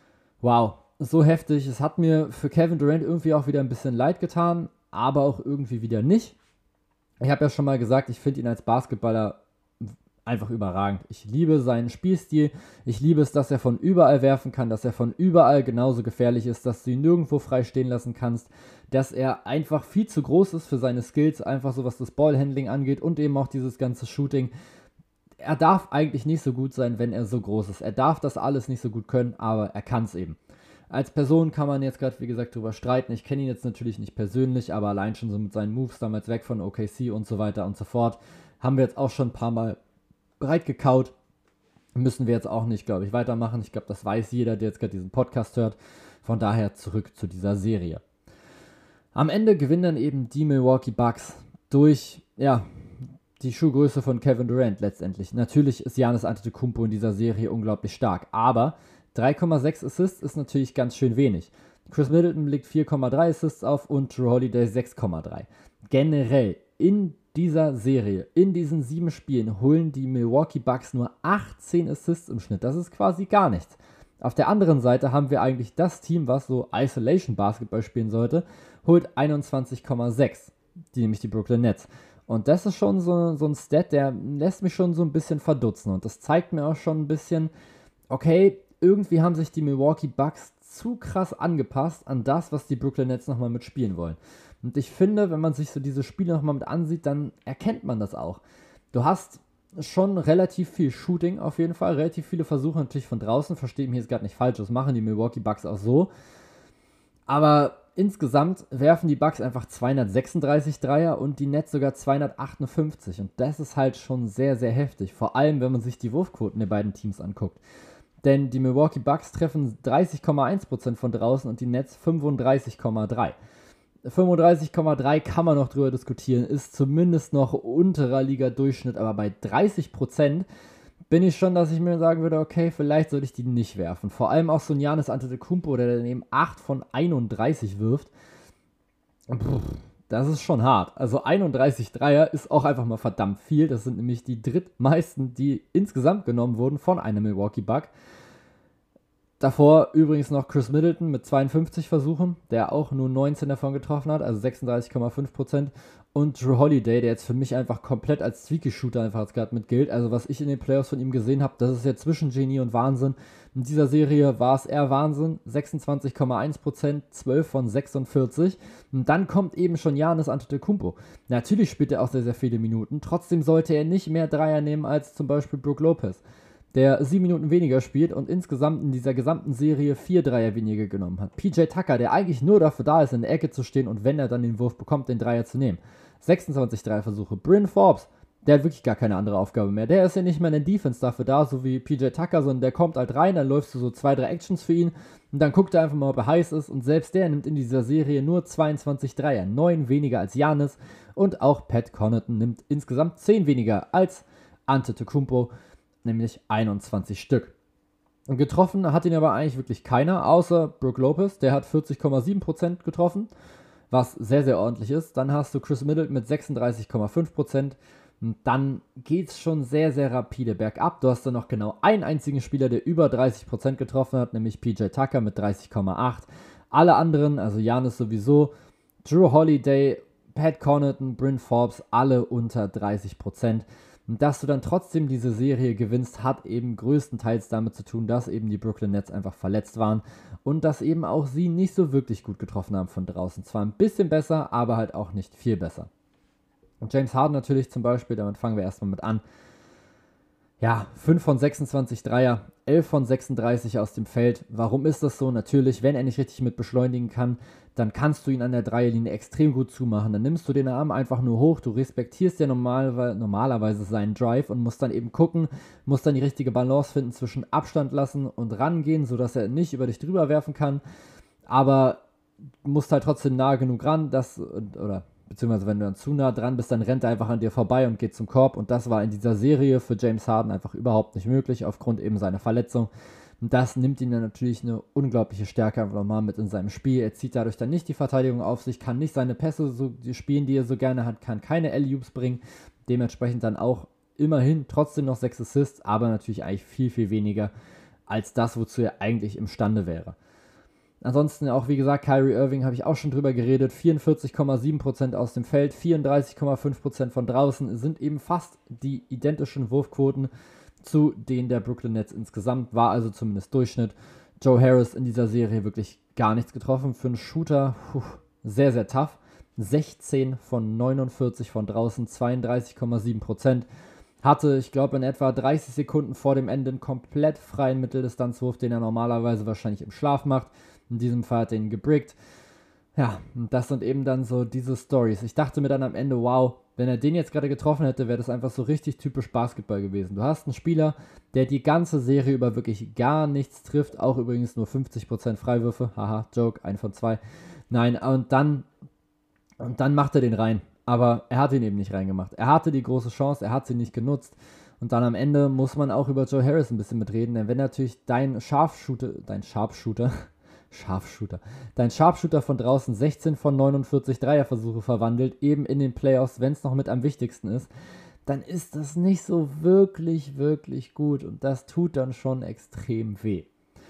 [SPEAKER 2] wow, so heftig. Es hat mir für Kevin Durant irgendwie auch wieder ein bisschen leid getan, aber auch irgendwie wieder nicht. Ich habe ja schon mal gesagt, ich finde ihn als Basketballer einfach überragend. Ich liebe seinen Spielstil. Ich liebe es, dass er von überall werfen kann, dass er von überall genauso gefährlich ist, dass du ihn nirgendwo frei stehen lassen kannst, dass er einfach viel zu groß ist für seine Skills, einfach so was das Ballhandling angeht und eben auch dieses ganze Shooting. Er darf eigentlich nicht so gut sein, wenn er so groß ist. Er darf das alles nicht so gut können, aber er kann es eben. Als Person kann man jetzt gerade, wie gesagt, drüber streiten. Ich kenne ihn jetzt natürlich nicht persönlich, aber allein schon so mit seinen Moves damals weg von O K C und so weiter und so fort, haben wir jetzt auch schon ein paar Mal breit gekaut. Müssen wir jetzt auch nicht, glaube ich, weitermachen. Ich glaube, das weiß jeder, der jetzt gerade diesen Podcast hört. Von daher zurück zu dieser Serie. Am Ende gewinnen dann eben die Milwaukee Bucks durch, ja, die Schuhgröße von Kevin Durant letztendlich. Natürlich ist Giannis Antetokounmpo in dieser Serie unglaublich stark, aber drei Komma sechs Assists ist natürlich ganz schön wenig. Chris Middleton legt vier Komma drei Assists auf und Jrue Holiday sechs Komma drei. Generell in dieser Serie, in diesen sieben Spielen, holen die Milwaukee Bucks nur achtzehn Assists im Schnitt. Das ist quasi gar nichts. Auf der anderen Seite haben wir eigentlich das Team, was so Isolation Basketball spielen sollte, holt einundzwanzig Komma sechs, die nämlich die Brooklyn Nets. Und das ist schon so, so ein Stat, der lässt mich schon so ein bisschen verdutzen. Und das zeigt mir auch schon ein bisschen, okay, irgendwie haben sich die Milwaukee Bucks zu krass angepasst an das, was die Brooklyn Nets nochmal mitspielen wollen. Und ich finde, wenn man sich so diese Spiele nochmal mit ansieht, dann erkennt man das auch. Du hast schon relativ viel Shooting auf jeden Fall, relativ viele Versuche natürlich von draußen, versteht mich jetzt gerade nicht falsch, das machen die Milwaukee Bucks auch so. Aber insgesamt werfen die Bucks einfach zweihundertsechsunddreißig Dreier und die Nets sogar zweihundertachtundfünfzig. Und das ist halt schon sehr, sehr heftig. Vor allem, wenn man sich die Wurfquoten der beiden Teams anguckt. Denn die Milwaukee Bucks treffen dreißig Komma eins Prozent von draußen und die Nets fünfunddreißig Komma drei. fünfunddreißig Komma drei kann man noch drüber diskutieren, ist zumindest noch unterer Liga-Durchschnitt, aber bei dreißig Prozent bin ich schon, dass ich mir sagen würde, okay, vielleicht sollte ich die nicht werfen. Vor allem auch so ein Giannis Antetokounmpo, der daneben acht von einunddreißig wirft. Puh, das ist schon hart. Also einunddreißig Dreier ist auch einfach mal verdammt viel. Das sind nämlich die drittmeisten, die insgesamt genommen wurden von einem Milwaukee Buck. Davor übrigens noch Chris Middleton mit zweiundfünfzig Versuchen, der auch nur neunzehn davon getroffen hat, also sechsunddreißig Komma fünf Prozent. Und Jrue Holiday, der jetzt für mich einfach komplett als Streaky-Shooter einfach jetzt gerade mit gilt. Also was ich in den Playoffs von ihm gesehen habe, das ist ja zwischen Genie und Wahnsinn. In dieser Serie war es eher Wahnsinn, sechsundzwanzig Komma eins Prozent, zwölf von sechsundvierzig. Und dann kommt eben schon Giannis Antetokounmpo. Natürlich spielt er auch sehr, sehr viele Minuten. Trotzdem sollte er nicht mehr Dreier nehmen als zum Beispiel Brook Lopez, der sieben Minuten weniger spielt und insgesamt in dieser gesamten Serie vier Dreier weniger genommen hat. P J Tucker, der eigentlich nur dafür da ist, in der Ecke zu stehen und wenn er dann den Wurf bekommt, den Dreier zu nehmen. sechsundzwanzig Dreierversuche. Bryn Forbes, der hat wirklich gar keine andere Aufgabe mehr. Der ist ja nicht mehr in der Defense dafür da, so wie P J Tucker, sondern der kommt halt rein, dann läufst du so zwei, drei Actions für ihn und dann guckt er einfach mal, ob er heiß ist und selbst der nimmt in dieser Serie nur zweiundzwanzig Dreier, neun weniger als Giannis und auch Pat Connaughton nimmt insgesamt zehn weniger als Antetokounmpo, nämlich einundzwanzig Stück. Und getroffen hat ihn aber eigentlich wirklich keiner, außer Brook Lopez, der hat vierzig Komma sieben Prozent getroffen, was sehr, sehr ordentlich ist. Dann hast du Chris Middleton mit sechsunddreißig Komma fünf Prozent. Und dann geht es schon sehr, sehr rapide bergab. Du hast dann noch genau einen einzigen Spieler, der über dreißig Prozent getroffen hat, nämlich P J Tucker mit dreißig Komma acht. Alle anderen, also Giannis sowieso, Jrue Holiday, Pat Connaughton, Bryn Forbes, alle unter dreißig Prozent. Und dass du dann trotzdem diese Serie gewinnst, hat eben größtenteils damit zu tun, dass eben die Brooklyn Nets einfach verletzt waren und dass eben auch sie nicht so wirklich gut getroffen haben von draußen. Zwar ein bisschen besser, aber halt auch nicht viel besser. Und James Harden natürlich zum Beispiel, damit fangen wir erstmal mit an. Ja, fünf von sechsundzwanzig Dreier, elf von sechsunddreißig aus dem Feld. Warum ist das so? Natürlich, wenn er nicht richtig mit beschleunigen kann, dann kannst du ihn an der Dreierlinie extrem gut zumachen. Dann nimmst du den Arm einfach nur hoch, du respektierst ja normal, normalerweise seinen Drive und musst dann eben gucken, musst dann die richtige Balance finden zwischen Abstand lassen und rangehen, sodass er nicht über dich drüber werfen kann. Aber musst halt trotzdem nah genug ran, dass, oder beziehungsweise wenn du dann zu nah dran bist, dann rennt er einfach an dir vorbei und geht zum Korb. Und das war in dieser Serie für James Harden einfach überhaupt nicht möglich, aufgrund eben seiner Verletzung. Und das nimmt ihn dann natürlich eine unglaubliche Stärke einfach nochmal mit in seinem Spiel. Er zieht dadurch dann nicht die Verteidigung auf sich, kann nicht seine Pässe so spielen, die er so gerne hat, kann keine Alley-Oops bringen. Dementsprechend dann auch immerhin trotzdem noch sechs Assists, aber natürlich eigentlich viel, viel weniger als das, wozu er eigentlich imstande wäre. Ansonsten auch, wie gesagt, Kyrie Irving habe ich auch schon drüber geredet, vierundvierzig Komma sieben Prozent aus dem Feld, vierunddreißig Komma fünf Prozent von draußen, sind eben fast die identischen Wurfquoten zu denen der Brooklyn Nets insgesamt, war also zumindest Durchschnitt. Joe Harris in dieser Serie wirklich gar nichts getroffen, für einen Shooter puh, sehr, sehr tough, sechzehn von neunundvierzig von draußen, zweiunddreißig Komma sieben Prozent. Hatte, ich glaube, in etwa dreißig Sekunden vor dem Ende einen komplett freien Mitteldistanzwurf, den er normalerweise wahrscheinlich im Schlaf macht. In diesem Fall hat er ihn gebrickt. Ja, und das sind eben dann so diese Stories. Ich dachte mir dann am Ende, wow, wenn er den jetzt gerade getroffen hätte, wäre das einfach so richtig typisch Basketball gewesen. Du hast einen Spieler, der die ganze Serie über wirklich gar nichts trifft, auch übrigens nur fünfzig Prozent Freiwürfe. Haha, Joke, ein von zwei. Nein, und dann, und dann macht er den rein. Aber er hat ihn eben nicht reingemacht. Er hatte die große Chance, er hat sie nicht genutzt. Und dann am Ende muss man auch über Joe Harris ein bisschen mitreden, denn wenn natürlich dein Scharfshooter, dein Sharpshooter, Scharfshooter. Dein Sharpshooter von draußen sechzehn von neunundvierzig Dreierversuche verwandelt, eben in den Playoffs, wenn es noch mit am wichtigsten ist, dann ist das nicht so wirklich, wirklich gut und das tut dann schon extrem weh.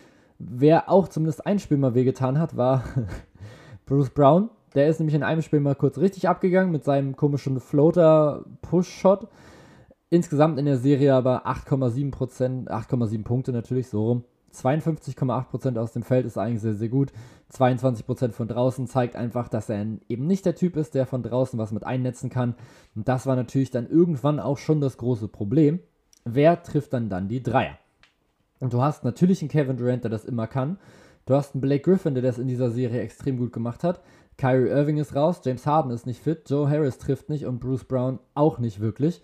[SPEAKER 2] Wer auch zumindest ein Spiel mal wehgetan hat, war Bruce Brown. Der ist nämlich in einem Spiel mal kurz richtig abgegangen mit seinem komischen Floater-Push-Shot. Insgesamt in der Serie aber acht Komma sieben Prozent, acht Komma sieben Punkte natürlich, so rum. zweiundfünfzig Komma acht Prozent aus dem Feld ist eigentlich sehr, sehr gut. zweiundzwanzig Prozent von draußen zeigt einfach, dass er eben nicht der Typ ist, der von draußen was mit einnetzen kann. Und das war natürlich dann irgendwann auch schon das große Problem. Wer trifft dann dann die Dreier? Und du hast natürlich einen Kevin Durant, der das immer kann. Du hast einen Blake Griffin, der das in dieser Serie extrem gut gemacht hat. Kyrie Irving ist raus, James Harden ist nicht fit, Joe Harris trifft nicht und Bruce Brown auch nicht wirklich.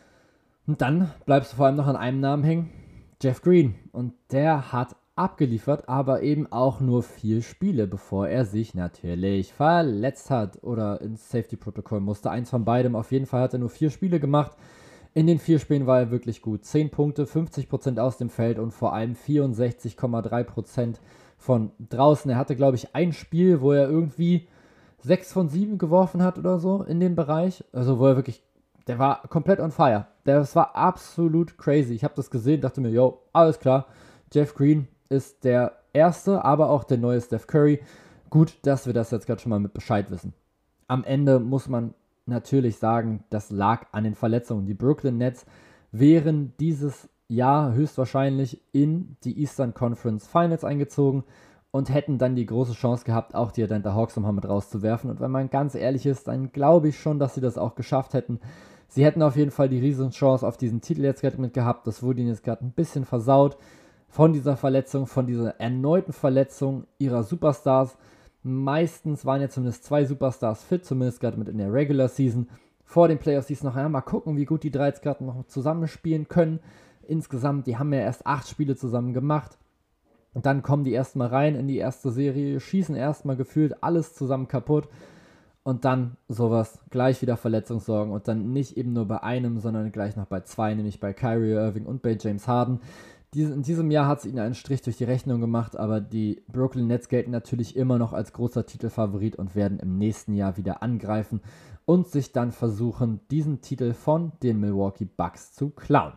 [SPEAKER 2] Und dann bleibst du vor allem noch an einem Namen hängen, Jeff Green. Und der hat abgeliefert, aber eben auch nur vier Spiele, bevor er sich natürlich verletzt hat oder ins Safety-Protokoll musste. Eins von beidem. Auf jeden Fall hat er nur vier Spiele gemacht. In den vier Spielen war er wirklich gut. zehn Punkte, fünfzig Prozent aus dem Feld und vor allem vierundsechzig Komma drei Prozent von draußen. Er hatte, glaube ich, ein Spiel, wo er irgendwie sechs von sieben geworfen hat oder so in dem Bereich. Also wo er wirklich, der war komplett on fire. Das war absolut crazy. Ich habe das gesehen, dachte mir, yo, alles klar. Jeff Green ist der erste, aber auch der neue Steph Curry. Gut, dass wir das jetzt gerade schon mal mit Bescheid wissen. Am Ende muss man natürlich sagen, das lag an den Verletzungen. Die Brooklyn Nets wären dieses Jahr höchstwahrscheinlich in die Eastern Conference Finals eingezogen und hätten dann die große Chance gehabt, auch die Atlanta Hawks nochmal mit rauszuwerfen. Und wenn man ganz ehrlich ist, dann glaube ich schon, dass sie das auch geschafft hätten. Sie hätten auf jeden Fall die Riesenchance auf diesen Titel jetzt gerade mit gehabt. Das wurde ihnen jetzt gerade ein bisschen versaut von dieser Verletzung, von dieser erneuten Verletzung ihrer Superstars. Meistens waren ja zumindest zwei Superstars fit, zumindest gerade mit in der Regular Season. Vor den Playoffs hieß noch, ja, mal gucken, wie gut die drei jetzt gerade noch zusammenspielen können. Insgesamt, die haben ja erst acht Spiele zusammen gemacht. Und dann kommen die erstmal rein in die erste Serie, schießen erstmal gefühlt alles zusammen kaputt. Und dann sowas, gleich wieder Verletzungssorgen. Und dann nicht eben nur bei einem, sondern gleich noch bei zwei, nämlich bei Kyrie Irving und bei James Harden. In diesem Jahr hat es ihnen einen Strich durch die Rechnung gemacht, aber die Brooklyn Nets gelten natürlich immer noch als großer Titelfavorit und werden im nächsten Jahr wieder angreifen und sich dann versuchen, diesen Titel von den Milwaukee Bucks zu klauen.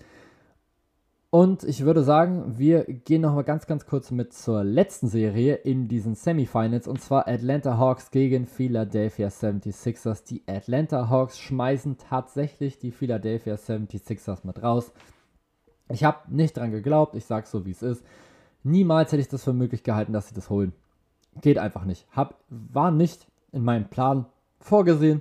[SPEAKER 2] Und ich würde sagen, wir gehen nochmal ganz, ganz kurz mit zur letzten Serie in diesen Semifinals, und zwar Atlanta Hawks gegen Philadelphia seventy-sixers. Die Atlanta Hawks schmeißen tatsächlich die Philadelphia seventy-sixers mit raus. Ich habe nicht dran geglaubt, ich sage so, wie es ist. Niemals hätte ich das für möglich gehalten, dass sie das holen. Geht einfach nicht. Hab, war nicht in meinem Plan vorgesehen.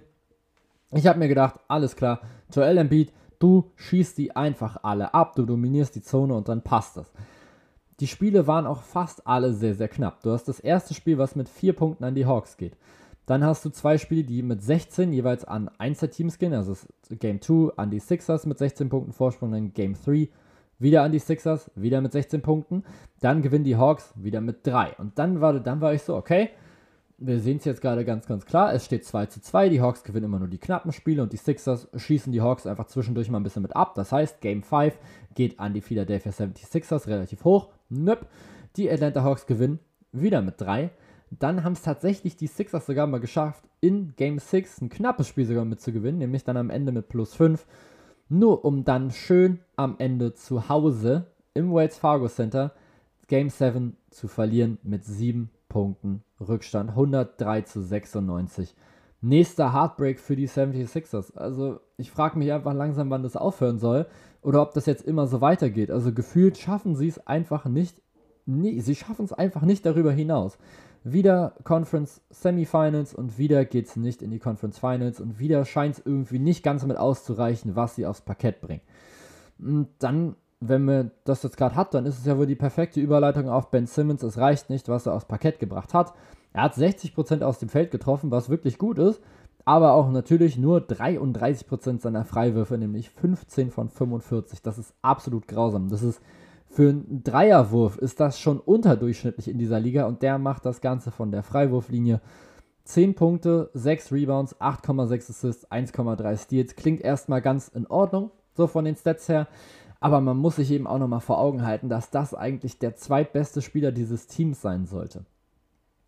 [SPEAKER 2] Ich habe mir gedacht, alles klar, Joel Embiid, du schießt die einfach alle ab, du dominierst die Zone und dann passt das. Die Spiele waren auch fast alle sehr, sehr knapp. Du hast das erste Spiel, was mit vier Punkten an die Hawks geht. Dann hast du zwei Spiele, die mit sechzehn jeweils an eins der Teams gehen. Also Game zwei an die Sixers mit sechzehn Punkten Vorsprung, dann Game drei wieder an die Sixers, wieder mit sechzehn Punkten. Dann gewinnen die Hawks wieder mit drei. Und dann war, dann war ich so, okay, wir sehen es jetzt gerade ganz, ganz klar. Es steht zwei zu zwei. Die Hawks gewinnen immer nur die knappen Spiele und die Sixers schießen die Hawks einfach zwischendurch mal ein bisschen mit ab. Das heißt, Game fünf geht an die Philadelphia seventy-sixers relativ hoch. Nöp. Die Atlanta Hawks gewinnen wieder mit drei. Dann haben es tatsächlich die Sixers sogar mal geschafft, in Game sechs ein knappes Spiel sogar mitzugewinnen, nämlich dann am Ende mit plus fünf. Nur um dann schön am Ende zu Hause im Wells Fargo Center Game sieben zu verlieren mit sieben Punkten Rückstand. hundertdrei zu sechsundneunzig. Nächster Heartbreak für die seventy-sixers. Also ich frage mich einfach langsam, wann das aufhören soll oder ob das jetzt immer so weitergeht. Also gefühlt schaffen sie es einfach nicht. Nee, sie schaffen es einfach nicht darüber hinaus. Wieder Conference Semifinals und wieder geht es nicht in die Conference Finals und wieder scheint es irgendwie nicht ganz mit auszureichen, was sie aufs Parkett bringen. Und dann, wenn man das jetzt gerade hat, dann ist es ja wohl die perfekte Überleitung auf Ben Simmons. Es reicht nicht, was er aufs Parkett gebracht hat. Er hat sechzig Prozent aus dem Feld getroffen, was wirklich gut ist, aber auch natürlich nur dreiunddreißig Prozent seiner Freiwürfe, nämlich fünfzehn von fünfundvierzig. Das ist absolut grausam. Das ist Für einen Dreierwurf ist das schon unterdurchschnittlich in dieser Liga und der macht das Ganze von der Freiwurflinie. zehn Punkte, sechs Rebounds, acht Komma sechs Assists, eins Komma drei Steals. Klingt erstmal ganz in Ordnung, so von den Stats her. Aber man muss sich eben auch nochmal vor Augen halten, dass das eigentlich der zweitbeste Spieler dieses Teams sein sollte.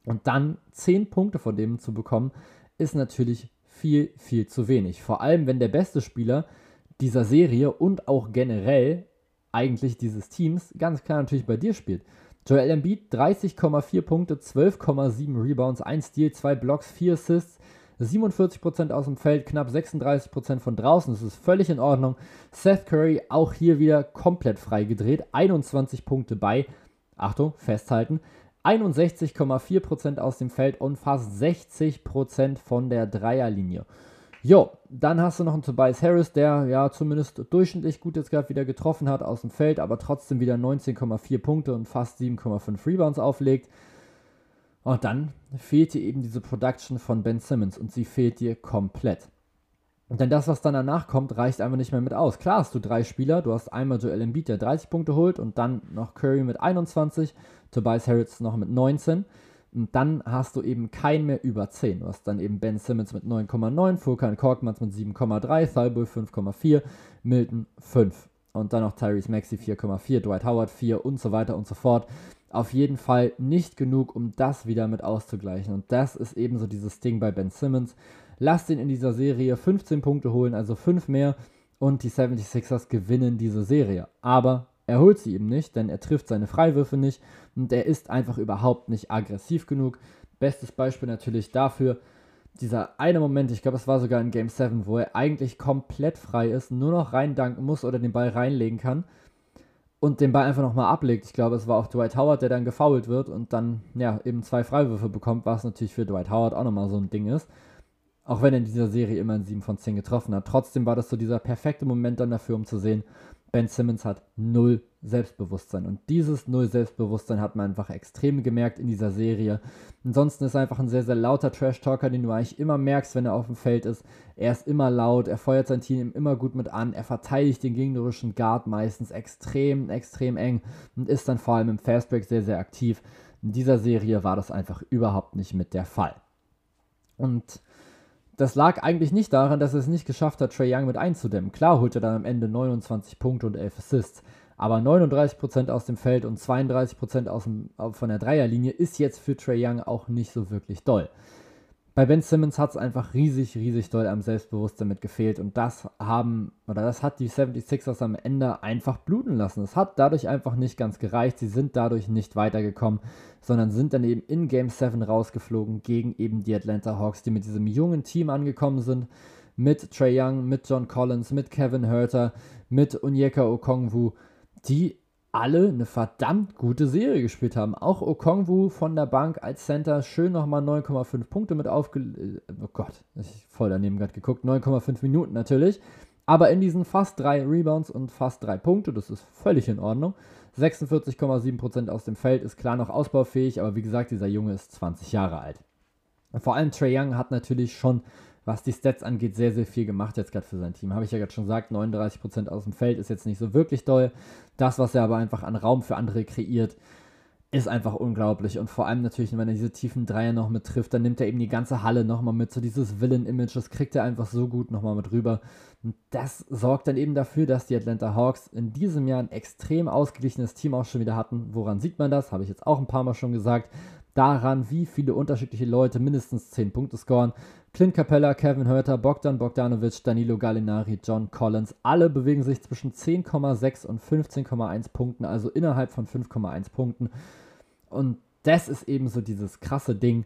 [SPEAKER 2] Und dann zehn Punkte von dem zu bekommen, ist natürlich viel, viel zu wenig. Vor allem, wenn der beste Spieler dieser Serie und auch generell eigentlich dieses Teams ganz klar natürlich bei dir spielt. Joel Embiid, dreißig Komma vier Punkte, zwölf Komma sieben Rebounds, eins Steal, zwei Blocks, vier Assists, siebenundvierzig Prozent aus dem Feld, knapp sechsunddreißig Prozent von draußen. Das ist völlig in Ordnung. Seth Curry auch hier wieder komplett freigedreht, einundzwanzig Punkte bei, Achtung, festhalten, einundsechzig Komma vier Prozent aus dem Feld und fast sechzig Prozent von der Dreierlinie. Jo, dann hast du noch einen Tobias Harris, der ja zumindest durchschnittlich gut jetzt gerade wieder getroffen hat aus dem Feld, aber trotzdem wieder neunzehn Komma vier Punkte und fast sieben Komma fünf Rebounds auflegt. Und dann fehlt dir eben diese Production von Ben Simmons und sie fehlt dir komplett. Denn das, was dann danach kommt, reicht einfach nicht mehr mit aus. Klar hast du drei Spieler, du hast einmal Joel Embiid, der dreißig Punkte holt und dann noch Curry mit einundzwanzig, Tobias Harris noch mit neunzehn. Und dann hast du eben keinen mehr über zehn. Du hast dann eben Ben Simmons mit neun Komma neun, Furkan Korkmaz mit sieben Komma drei, Thibault fünf Komma vier, Milton fünf. Und dann noch Tyrese Maxey vier Komma vier, Dwight Howard vier und so weiter und so fort. Auf jeden Fall nicht genug, um das wieder mit auszugleichen. Und das ist eben so dieses Ding bei Ben Simmons. Lass den in dieser Serie fünfzehn Punkte holen, also fünf mehr. Und die seventy-sixers gewinnen diese Serie. Aber er holt sie eben nicht, denn er trifft seine Freiwürfe nicht und er ist einfach überhaupt nicht aggressiv genug. Bestes Beispiel natürlich dafür, dieser eine Moment, ich glaube es war sogar in Game sieben, wo er eigentlich komplett frei ist, nur noch reindanken muss oder den Ball reinlegen kann und den Ball einfach nochmal ablegt. Ich glaube es war auch Dwight Howard, der dann gefoult wird und dann ja eben zwei Freiwürfe bekommt, was natürlich für Dwight Howard auch nochmal so ein Ding ist. Auch wenn er in dieser Serie immer in sieben von zehn getroffen hat. Trotzdem war das so dieser perfekte Moment dann dafür, um zu sehen, Ben Simmons hat null Selbstbewusstsein. Und dieses null Selbstbewusstsein hat man einfach extrem gemerkt in dieser Serie. Ansonsten ist er einfach ein sehr, sehr lauter Trash-Talker, den du eigentlich immer merkst, wenn er auf dem Feld ist. Er ist immer laut, er feuert sein Team immer gut mit an, er verteidigt den gegnerischen Guard meistens extrem, extrem eng und ist dann vor allem im Fastbreak sehr, sehr aktiv. In dieser Serie war das einfach überhaupt nicht mit der Fall. Und das lag eigentlich nicht daran, dass er es nicht geschafft hat, Trae Young mit einzudämmen. Klar holt er dann am Ende neunundzwanzig Punkte und elf Assists, aber neununddreißig Prozent aus dem Feld und zweiunddreißig Prozent aus dem, von der Dreierlinie ist jetzt für Trae Young auch nicht so wirklich doll. Bei Ben Simmons hat es einfach riesig, riesig doll am Selbstbewusstsein mit gefehlt und das haben, oder das hat die seventy-sixers am Ende einfach bluten lassen. Es hat dadurch einfach nicht ganz gereicht, sie sind dadurch nicht weitergekommen, sondern sind dann eben in Game sieben rausgeflogen gegen eben die Atlanta Hawks, die mit diesem jungen Team angekommen sind, mit Trae Young, mit John Collins, mit Kevin Huerter, mit Onyeka Okongwu, die alle eine verdammt gute Serie gespielt haben. Auch Okongwu von der Bank als Center schön nochmal neun Komma fünf Punkte mit aufgelegt. Oh Gott, ich voll daneben gerade geguckt. neun Komma fünf Minuten natürlich. Aber in diesen fast drei Rebounds und fast drei Punkte, das ist völlig in Ordnung. sechsundvierzig Komma sieben Prozent aus dem Feld ist klar noch ausbaufähig, aber wie gesagt, dieser Junge ist zwanzig Jahre alt. Und vor allem Trae Young hat natürlich schon, was die Stats angeht, sehr, sehr viel gemacht jetzt gerade für sein Team. Habe ich ja gerade schon gesagt, neununddreißig Prozent aus dem Feld ist jetzt nicht so wirklich doll. Das, was er aber einfach an Raum für andere kreiert, ist einfach unglaublich. Und vor allem natürlich, wenn er diese tiefen Dreier noch mit trifft, dann nimmt er eben die ganze Halle nochmal mit. So dieses Villain-Image, das kriegt er einfach so gut nochmal mit rüber. Und das sorgt dann eben dafür, dass die Atlanta Hawks in diesem Jahr ein extrem ausgeglichenes Team auch schon wieder hatten. Woran sieht man das? Habe ich jetzt auch ein paar Mal schon gesagt. Daran, wie viele unterschiedliche Leute mindestens zehn Punkte scoren. Clint Capella, Kevin Huerter, Bogdan Bogdanovic, Danilo Gallinari, John Collins, alle bewegen sich zwischen zehn Komma sechs und fünfzehn Komma eins Punkten, also innerhalb von fünf Komma eins Punkten. Und das ist eben so dieses krasse Ding.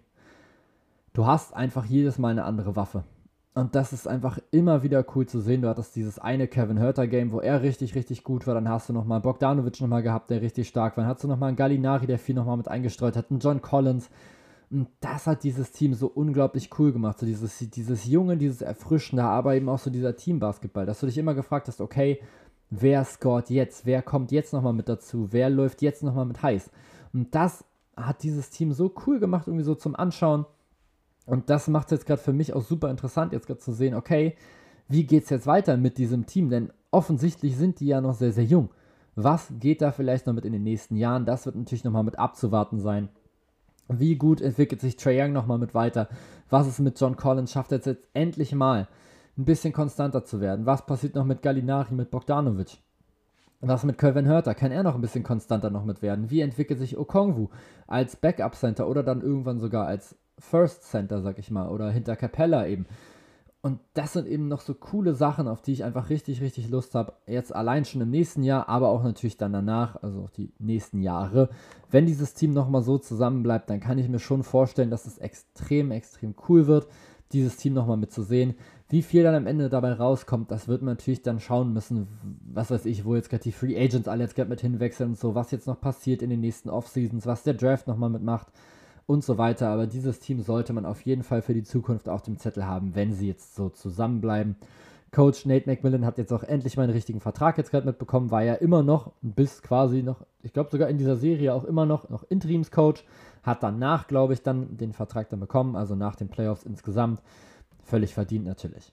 [SPEAKER 2] Du hast einfach jedes Mal eine andere Waffe. Und das ist einfach immer wieder cool zu sehen. Du hattest dieses eine Kevin Huerter-Game, wo er richtig, richtig gut war. Dann hast du nochmal Bogdanovic nochmal gehabt, der richtig stark war. Dann hast du nochmal einen Gallinari, der viel nochmal mit eingestreut hat. Einen John Collins. Und das hat dieses Team so unglaublich cool gemacht. So dieses, dieses Junge, dieses Erfrischende, aber eben auch so dieser Teambasketball. Dass du dich immer gefragt hast, okay, wer scoret jetzt? Wer kommt jetzt nochmal mit dazu? Wer läuft jetzt nochmal mit heiß? Und das hat dieses Team so cool gemacht, irgendwie so zum Anschauen. Und das macht es jetzt gerade für mich auch super interessant, jetzt gerade zu sehen, okay, wie geht es jetzt weiter mit diesem Team? Denn offensichtlich sind die ja noch sehr, sehr jung. Was geht da vielleicht noch mit in den nächsten Jahren? Das wird natürlich nochmal mit abzuwarten sein. Wie gut entwickelt sich Trae Young nochmal mit weiter? Was ist mit John Collins? Schafft er jetzt, jetzt endlich mal ein bisschen konstanter zu werden? Was passiert noch mit Gallinari, mit Bogdanovic? Was mit Kevin Huerter? Kann er noch ein bisschen konstanter noch mit werden? Wie entwickelt sich Okongwu als Backup-Center oder dann irgendwann sogar als First Center, sag ich mal, oder hinter Capella eben? Und das sind eben noch so coole Sachen, auf die ich einfach richtig, richtig Lust habe. Jetzt allein schon im nächsten Jahr, aber auch natürlich dann danach, also auch die nächsten Jahre. Wenn dieses Team nochmal so zusammenbleibt, dann kann ich mir schon vorstellen, dass es extrem, extrem cool wird, dieses Team nochmal mitzusehen. Wie viel dann am Ende dabei rauskommt, das wird man natürlich dann schauen müssen, was weiß ich, wo jetzt gerade die Free Agents alle jetzt gerade mit hinwechseln und so, was jetzt noch passiert in den nächsten Offseasons, was der Draft nochmal mitmacht und so weiter. Aber dieses Team sollte man auf jeden Fall für die Zukunft auf dem Zettel haben, wenn sie jetzt so zusammenbleiben. Coach Nate McMillan hat jetzt auch endlich mal einen richtigen Vertrag jetzt gerade mitbekommen, war ja immer noch, bis quasi noch, ich glaube sogar in dieser Serie auch immer noch, noch Interimscoach, hat danach, glaube ich, dann den Vertrag dann bekommen, also nach den Playoffs insgesamt. Völlig verdient natürlich.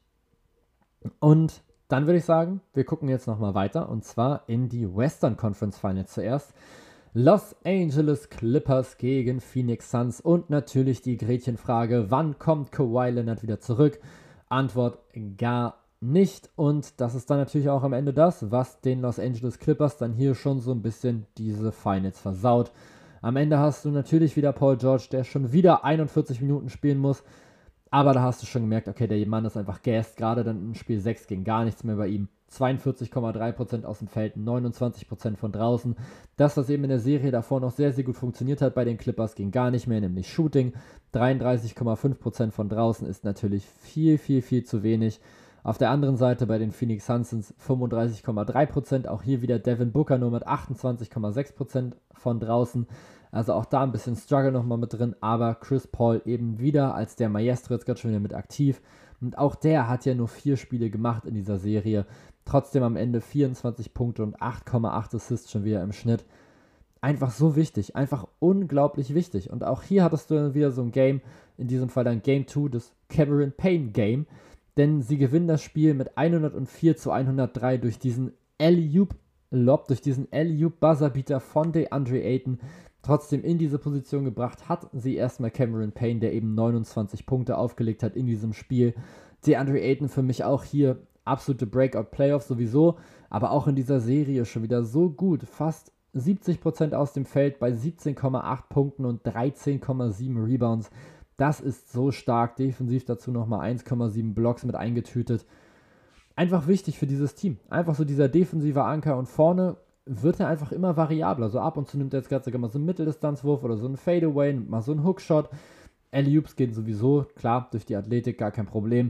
[SPEAKER 2] Und dann würde ich sagen, wir gucken jetzt nochmal weiter, und zwar in die Western Conference Finals zuerst. Los Angeles Clippers gegen Phoenix Suns und natürlich die Gretchenfrage, wann kommt Kawhi Leonard wieder zurück? Antwort, gar nicht. Und das ist dann natürlich auch am Ende das, was den Los Angeles Clippers dann hier schon so ein bisschen diese Finals versaut. Am Ende hast du natürlich wieder Paul George, der schon wieder einundvierzig Minuten spielen muss. Aber da hast du schon gemerkt, okay, der Mann ist einfach gassed. Gerade dann in Spiel sechs ging gar nichts mehr bei ihm. zweiundvierzig Komma drei Prozent aus dem Feld, neunundzwanzig Prozent von draußen. Das, was eben in der Serie davor noch sehr, sehr gut funktioniert hat bei den Clippers, ging gar nicht mehr, nämlich Shooting. dreiunddreißig Komma fünf Prozent von draußen ist natürlich viel, viel, viel zu wenig. Auf der anderen Seite bei den Phoenix Suns sind es fünfunddreißig Komma drei Prozent. Auch hier wieder Devin Booker nur mit achtundzwanzig Komma sechs Prozent von draußen. Also auch da ein bisschen Struggle nochmal mit drin, aber Chris Paul eben wieder als der Maestro jetzt gerade schon wieder mit aktiv. Und auch der hat ja nur vier Spiele gemacht in dieser Serie. Trotzdem am Ende vierundzwanzig Punkte und acht Komma acht Assists schon wieder im Schnitt. Einfach so wichtig, einfach unglaublich wichtig. Und auch hier hattest du dann wieder so ein Game, in diesem Fall dann Game zwei, das Cameron Payne Game. Denn sie gewinnen das Spiel mit hundertvier zu hundertdrei durch diesen Alley-Oop-Lob, durch diesen Alley-Oop-Buzzerbeater von DeAndre Ayton. Trotzdem in diese Position gebracht hat sie erstmal Cameron Payne, der eben neunundzwanzig Punkte aufgelegt hat in diesem Spiel. DeAndre Ayton für mich auch hier absolute Breakout-Playoffs sowieso, aber auch in dieser Serie schon wieder so gut. Fast siebzig Prozent aus dem Feld bei siebzehn Komma acht Punkten und dreizehn Komma sieben Rebounds. Das ist so stark. Defensiv dazu nochmal eins Komma sieben Blocks mit eingetütet. Einfach wichtig für dieses Team. Einfach so dieser defensive Anker, und vorne wird er einfach immer variabler. So ab und zu nimmt er jetzt gerade sogar mal so einen Mitteldistanzwurf oder so einen Fadeaway, nimmt mal so einen Hookshot. Alley-Oops gehen sowieso, klar, durch die Athletik gar kein Problem.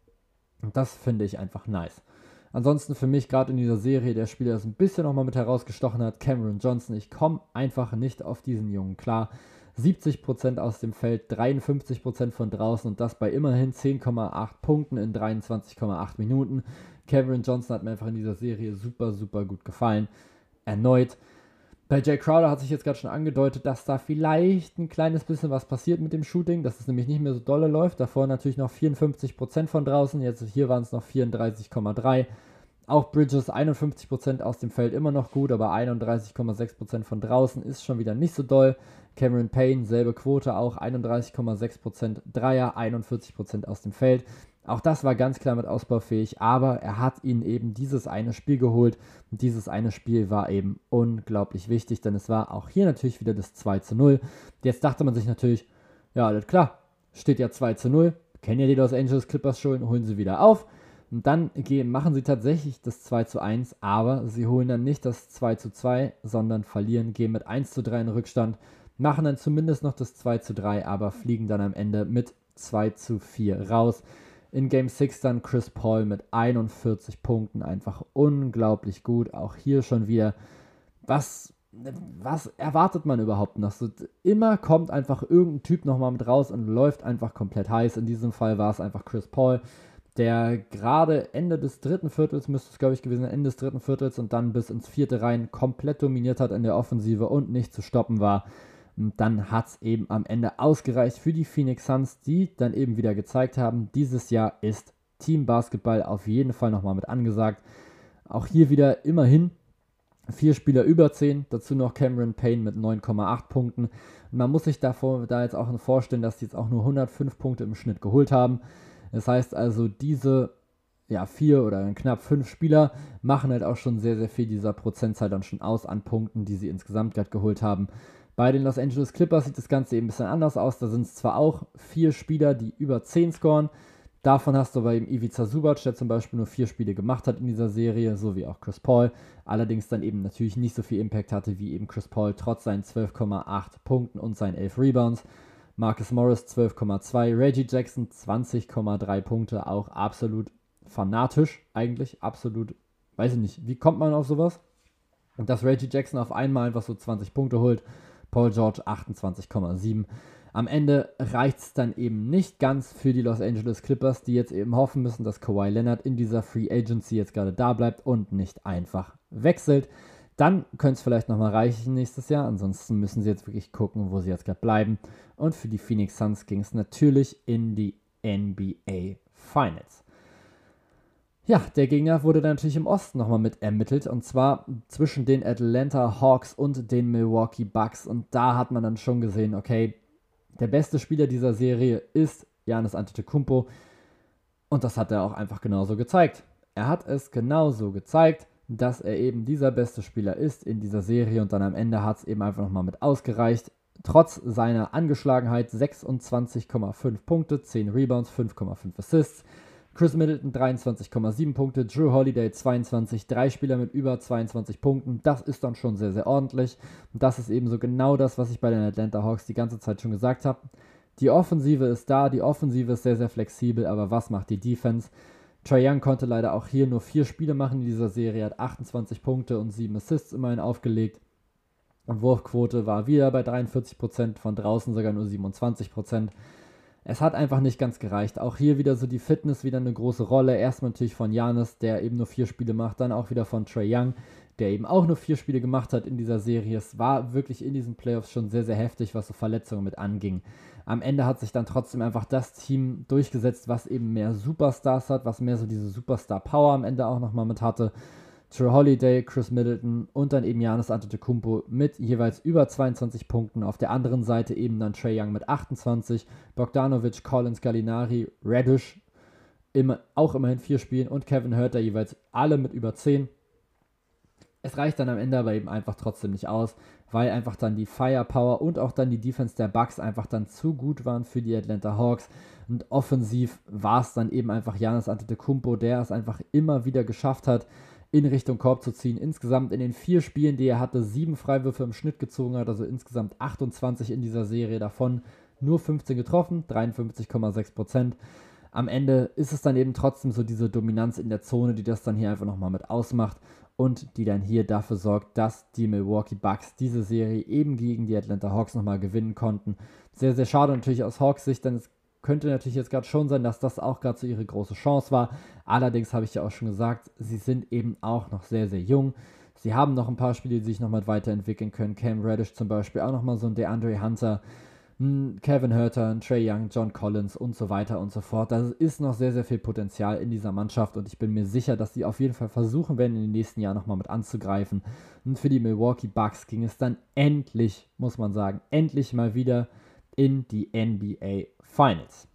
[SPEAKER 2] Und das finde ich einfach nice. Ansonsten für mich gerade in dieser Serie der Spieler, der es ein bisschen nochmal mit herausgestochen hat, Cameron Johnson. Ich komme einfach nicht auf diesen Jungen klar. siebzig Prozent aus dem Feld, dreiundfünfzig Prozent von draußen, und das bei immerhin zehn Komma acht Punkten in dreiundzwanzig Komma acht Minuten. Cameron Johnson hat mir einfach in dieser Serie super, super gut gefallen. Erneut. Bei Jay Crowder hat sich jetzt gerade schon angedeutet, dass da vielleicht ein kleines bisschen was passiert mit dem Shooting, dass es nämlich nicht mehr so dolle läuft. Davor natürlich noch vierundfünfzig Prozent von draußen, jetzt hier waren es noch vierunddreißig Komma drei. Auch Bridges einundfünfzig Prozent aus dem Feld immer noch gut, aber einunddreißig Komma sechs Prozent von draußen ist schon wieder nicht so doll. Cameron Payne, selbe Quote auch, einunddreißig Komma sechs Prozent Dreier, einundvierzig Prozent aus dem Feld. Auch das war ganz klar mit ausbaufähig, aber er hat ihnen eben dieses eine Spiel geholt, und dieses eine Spiel war eben unglaublich wichtig, denn es war auch hier natürlich wieder das zwei zu null. Jetzt dachte man sich natürlich, ja, alles klar, steht ja zwei zu null, kennen ja die Los Angeles Clippers schon, holen sie wieder auf. Und dann gehen, machen sie tatsächlich das zwei zu eins, aber sie holen dann nicht das zwei zu zwei, sondern verlieren, gehen mit eins zu drei in Rückstand, machen dann zumindest noch das zwei zu drei, aber fliegen dann am Ende mit zwei zu vier raus. In Game sechs dann Chris Paul mit einundvierzig Punkten, einfach unglaublich gut. Auch hier schon wieder, was, was erwartet man überhaupt noch? So, immer kommt einfach irgendein Typ nochmal mit raus und läuft einfach komplett heiß. In diesem Fall war es einfach Chris Paul, der gerade Ende des dritten Viertels, müsste es glaube ich gewesen sein, Ende des dritten Viertels und dann bis ins vierte rein komplett dominiert hat in der Offensive und nicht zu stoppen war. Und dann hat es eben am Ende ausgereicht für die Phoenix Suns, die dann eben wieder gezeigt haben, dieses Jahr ist Team Basketball auf jeden Fall nochmal mit angesagt. Auch hier wieder immerhin vier Spieler über zehn, dazu noch Cameron Payne mit neun Komma acht Punkten. Und man muss sich davor, da jetzt auch vorstellen, dass die jetzt auch nur hundertfünf Punkte im Schnitt geholt haben. Das heißt also, diese ja, vier oder knapp fünf Spieler machen halt auch schon sehr, sehr viel dieser Prozentzahl dann schon aus an Punkten, die sie insgesamt gerade geholt haben. Bei den Los Angeles Clippers sieht das Ganze eben ein bisschen anders aus. Da sind es zwar auch vier Spieler, die über zehn scoren. Davon hast du aber eben Ivica Zubac, der zum Beispiel nur vier Spiele gemacht hat in dieser Serie, so wie auch Chris Paul. Allerdings dann eben natürlich nicht so viel Impact hatte wie eben Chris Paul, trotz seinen zwölf Komma acht Punkten und seinen elf Rebounds. Marcus Morris zwölf Komma zwei, Reggie Jackson zwanzig Komma drei Punkte, auch absolut fanatisch eigentlich, absolut, weiß ich nicht, wie kommt man auf sowas? Und dass Reggie Jackson auf einmal einfach so zwanzig Punkte holt, Paul George achtundzwanzig Komma sieben. Am Ende reicht es dann eben nicht ganz für die Los Angeles Clippers, die jetzt eben hoffen müssen, dass Kawhi Leonard in dieser Free Agency jetzt gerade da bleibt und nicht einfach wechselt. Dann könnte es vielleicht nochmal reichen nächstes Jahr. Ansonsten müssen sie jetzt wirklich gucken, wo sie jetzt gerade bleiben. Und für die Phoenix Suns ging es natürlich in die N B A Finals. Ja, der Gegner wurde dann natürlich im Osten nochmal mit ermittelt. Und zwar zwischen den Atlanta Hawks und den Milwaukee Bucks. Und da hat man dann schon gesehen, okay, der beste Spieler dieser Serie ist Giannis Antetokounmpo. Und das hat er auch einfach genauso gezeigt. Er hat es genauso gezeigt, dass er eben dieser beste Spieler ist in dieser Serie. Und dann am Ende hat es eben einfach nochmal mit ausgereicht. Trotz seiner Angeschlagenheit sechsundzwanzig Komma fünf Punkte, zehn Rebounds, fünf Komma fünf Assists. Chris Middleton dreiundzwanzig Komma sieben Punkte, Drew Holiday zweiundzwanzig, drei Spieler mit über zweiundzwanzig Punkten. Das ist dann schon sehr, sehr ordentlich. Und das ist eben so genau das, was ich bei den Atlanta Hawks die ganze Zeit schon gesagt habe. Die Offensive ist da, die Offensive ist sehr, sehr flexibel, aber was macht die Defense? Trae Young konnte leider auch hier nur vier Spiele machen in dieser Serie, hat achtundzwanzig Punkte und sieben Assists immerhin aufgelegt. Und Wurfquote war wieder bei dreiundvierzig Prozent, von draußen sogar nur siebenundzwanzig Prozent. Es hat einfach nicht ganz gereicht. Auch hier wieder so die Fitness wieder eine große Rolle. Erstmal natürlich von Giannis, der eben nur vier Spiele macht. Dann auch wieder von Trae Young, der eben auch nur vier Spiele gemacht hat in dieser Serie. Es war wirklich in diesen Playoffs schon sehr, sehr heftig, was so Verletzungen mit anging. Am Ende hat sich dann trotzdem einfach das Team durchgesetzt, was eben mehr Superstars hat, was mehr so diese Superstar-Power am Ende auch nochmal mit hatte. Drew Holiday, Chris Middleton und dann eben Giannis Antetokounmpo mit jeweils über zweiundzwanzig Punkten. Auf der anderen Seite eben dann Trae Young mit achtundzwanzig, Bogdanovic, Collins, Gallinari, Reddish immer, auch immerhin vier Spielen und Kevin Huerter jeweils alle mit über zehn. Es reicht dann am Ende aber eben einfach trotzdem nicht aus, weil einfach dann die Firepower und auch dann die Defense der Bucks einfach dann zu gut waren für die Atlanta Hawks. Und offensiv war es dann eben einfach Giannis Antetokounmpo, der es einfach immer wieder geschafft hat, in Richtung Korb zu ziehen. Insgesamt in den vier Spielen, die er hatte, sieben Freiwürfe im Schnitt gezogen hat, also insgesamt achtundzwanzig in dieser Serie, davon nur fünfzehn getroffen, dreiundfünfzig Komma sechs Prozent. Am Ende ist es dann eben trotzdem so diese Dominanz in der Zone, die das dann hier einfach nochmal mit ausmacht und die dann hier dafür sorgt, dass die Milwaukee Bucks diese Serie eben gegen die Atlanta Hawks nochmal gewinnen konnten. Sehr, sehr schade natürlich aus Hawks Sicht, denn es könnte natürlich jetzt gerade schon sein, dass das auch gerade so ihre große Chance war. Allerdings habe ich ja auch schon gesagt, sie sind eben auch noch sehr, sehr jung. Sie haben noch ein paar Spiele, die sich nochmal weiterentwickeln können. Cam Reddish zum Beispiel, auch nochmal so ein DeAndre Hunter, Kevin Huerter, Trae Young, John Collins und so weiter und so fort. Da ist noch sehr, sehr viel Potenzial in dieser Mannschaft und ich bin mir sicher, dass sie auf jeden Fall versuchen werden, in den nächsten Jahren nochmal mit anzugreifen. Und für die Milwaukee Bucks ging es dann endlich, muss man sagen, endlich mal wieder in die N B A Finals.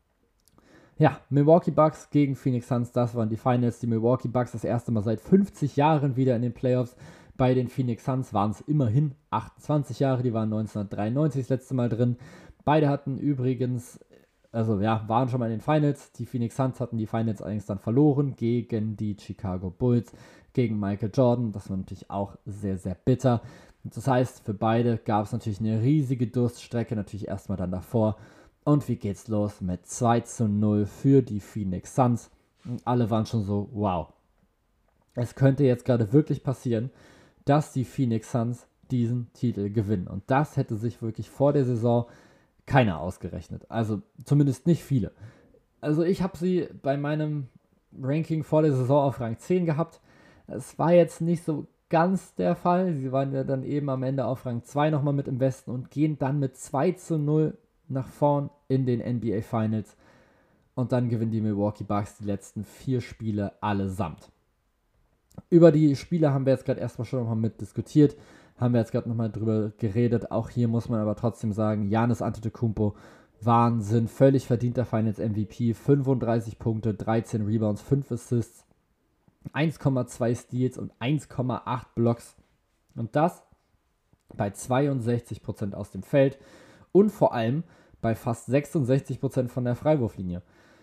[SPEAKER 2] Ja, Milwaukee Bucks gegen Phoenix Suns, das waren die Finals. Die Milwaukee Bucks das erste Mal seit fünfzig Jahren wieder in den Playoffs. Bei den Phoenix Suns waren es immerhin achtundzwanzig Jahre, die waren neunzehnhundertdreiundneunzig das letzte Mal drin. Beide hatten übrigens, also ja, waren schon mal in den Finals. Die Phoenix Suns hatten die Finals allerdings dann verloren gegen die Chicago Bulls, gegen Michael Jordan. Das war natürlich auch sehr, sehr bitter. Das heißt, für beide gab es natürlich eine riesige Durststrecke, natürlich erstmal dann davor. Und wie geht's los? Mit zwei zu null für die Phoenix Suns. Und alle waren schon so, wow. Es könnte jetzt gerade wirklich passieren, dass die Phoenix Suns diesen Titel gewinnen. Und das hätte sich wirklich vor der Saison keiner ausgerechnet. Also zumindest nicht viele. Also ich habe sie bei meinem Ranking vor der Saison auf Rang zehn gehabt. Es war jetzt nicht so ganz der Fall. Sie waren ja dann eben am Ende auf Rang zwei nochmal mit im Westen und gehen dann mit zwei zu null nach vorn in den N B A Finals. Und dann gewinnen die Milwaukee Bucks die letzten vier Spiele allesamt. Über die Spiele haben wir jetzt gerade erstmal schon nochmal mit diskutiert. Haben wir jetzt gerade nochmal drüber geredet. Auch hier muss man aber trotzdem sagen, Giannis Antetokounmpo Wahnsinn, völlig verdienter Finals M V P, fünfunddreißig Punkte, dreizehn Rebounds, fünf Assists, eins Komma zwei Steals und eins Komma acht Blocks. Und das bei zweiundsechzig Prozent aus dem Feld und vor allem bei fast sechsundsechzig Prozent von der Freiwurflinie.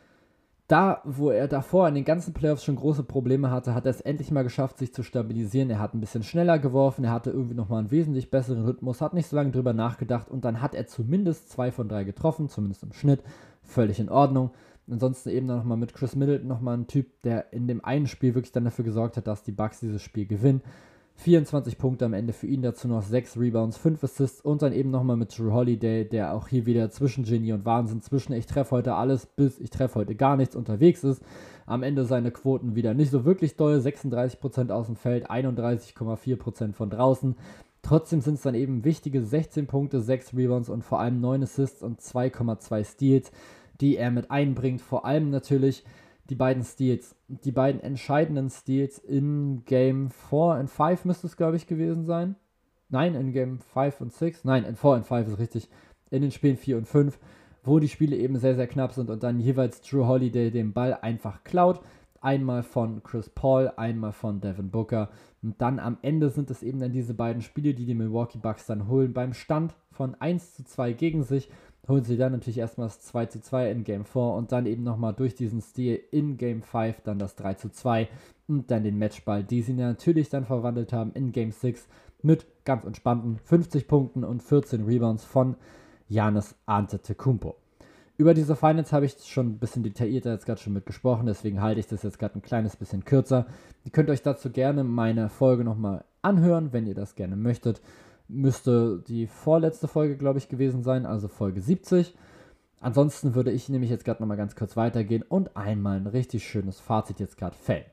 [SPEAKER 2] Da, wo er davor in den ganzen Playoffs schon große Probleme hatte, hat er es endlich mal geschafft, sich zu stabilisieren. Er hat ein bisschen schneller geworfen, er hatte irgendwie nochmal einen wesentlich besseren Rhythmus, hat nicht so lange drüber nachgedacht und dann hat er zumindest zwei von drei getroffen, zumindest im Schnitt, völlig in Ordnung. Ansonsten eben dann nochmal mit Chris Middleton nochmal ein Typ, der in dem einen Spiel wirklich dann dafür gesorgt hat, dass die Bucks dieses Spiel gewinnen. vierundzwanzig Punkte am Ende für ihn, dazu noch sechs Rebounds, fünf Assists und dann eben nochmal mit Jrue Holiday, der auch hier wieder zwischen Genie und Wahnsinn, zwischen ich treffe heute alles bis ich treffe heute gar nichts unterwegs ist. Am Ende seine Quoten wieder nicht so wirklich doll, sechsunddreißig Prozent aus dem Feld, einunddreißig Komma vier Prozent von draußen. Trotzdem sind es dann eben wichtige sechzehn Punkte, sechs Rebounds und vor allem neun Assists und zwei Komma zwei Steals, die er mit einbringt. Vor allem natürlich die beiden Steals, die beiden entscheidenden Steals in Game vier und fünf müsste es, glaube ich, gewesen sein. Nein, in Game fünf und sechs. Nein, in vier und fünf ist richtig. In den Spielen vier und fünf, wo die Spiele eben sehr, sehr knapp sind und dann jeweils Jrue Holiday den Ball einfach klaut. Einmal von Chris Paul, einmal von Devin Booker. Und dann am Ende sind es eben dann diese beiden Spiele, die die Milwaukee Bucks dann holen. Beim Stand von eins zu zwei gegen sich holen sie dann natürlich erstmal das zwei zu zwei in Game vier und dann eben nochmal durch diesen Steal in Game fünf dann das drei zu zwei und dann den Matchball, die sie natürlich dann verwandelt haben in Game sechs mit ganz entspannten fünfzig Punkten und vierzehn Rebounds von Giannis Antetokounmpo. Über diese Finals habe ich schon ein bisschen detaillierter jetzt gerade schon mitgesprochen, deswegen halte ich das jetzt gerade ein kleines bisschen kürzer. Ihr könnt euch dazu gerne meine Folge nochmal anhören, wenn ihr das gerne möchtet. Müsste die vorletzte Folge, glaube ich, gewesen sein, also Folge siebzig. Ansonsten würde ich nämlich jetzt gerade nochmal ganz kurz weitergehen und einmal ein richtig schönes Fazit jetzt gerade fällen.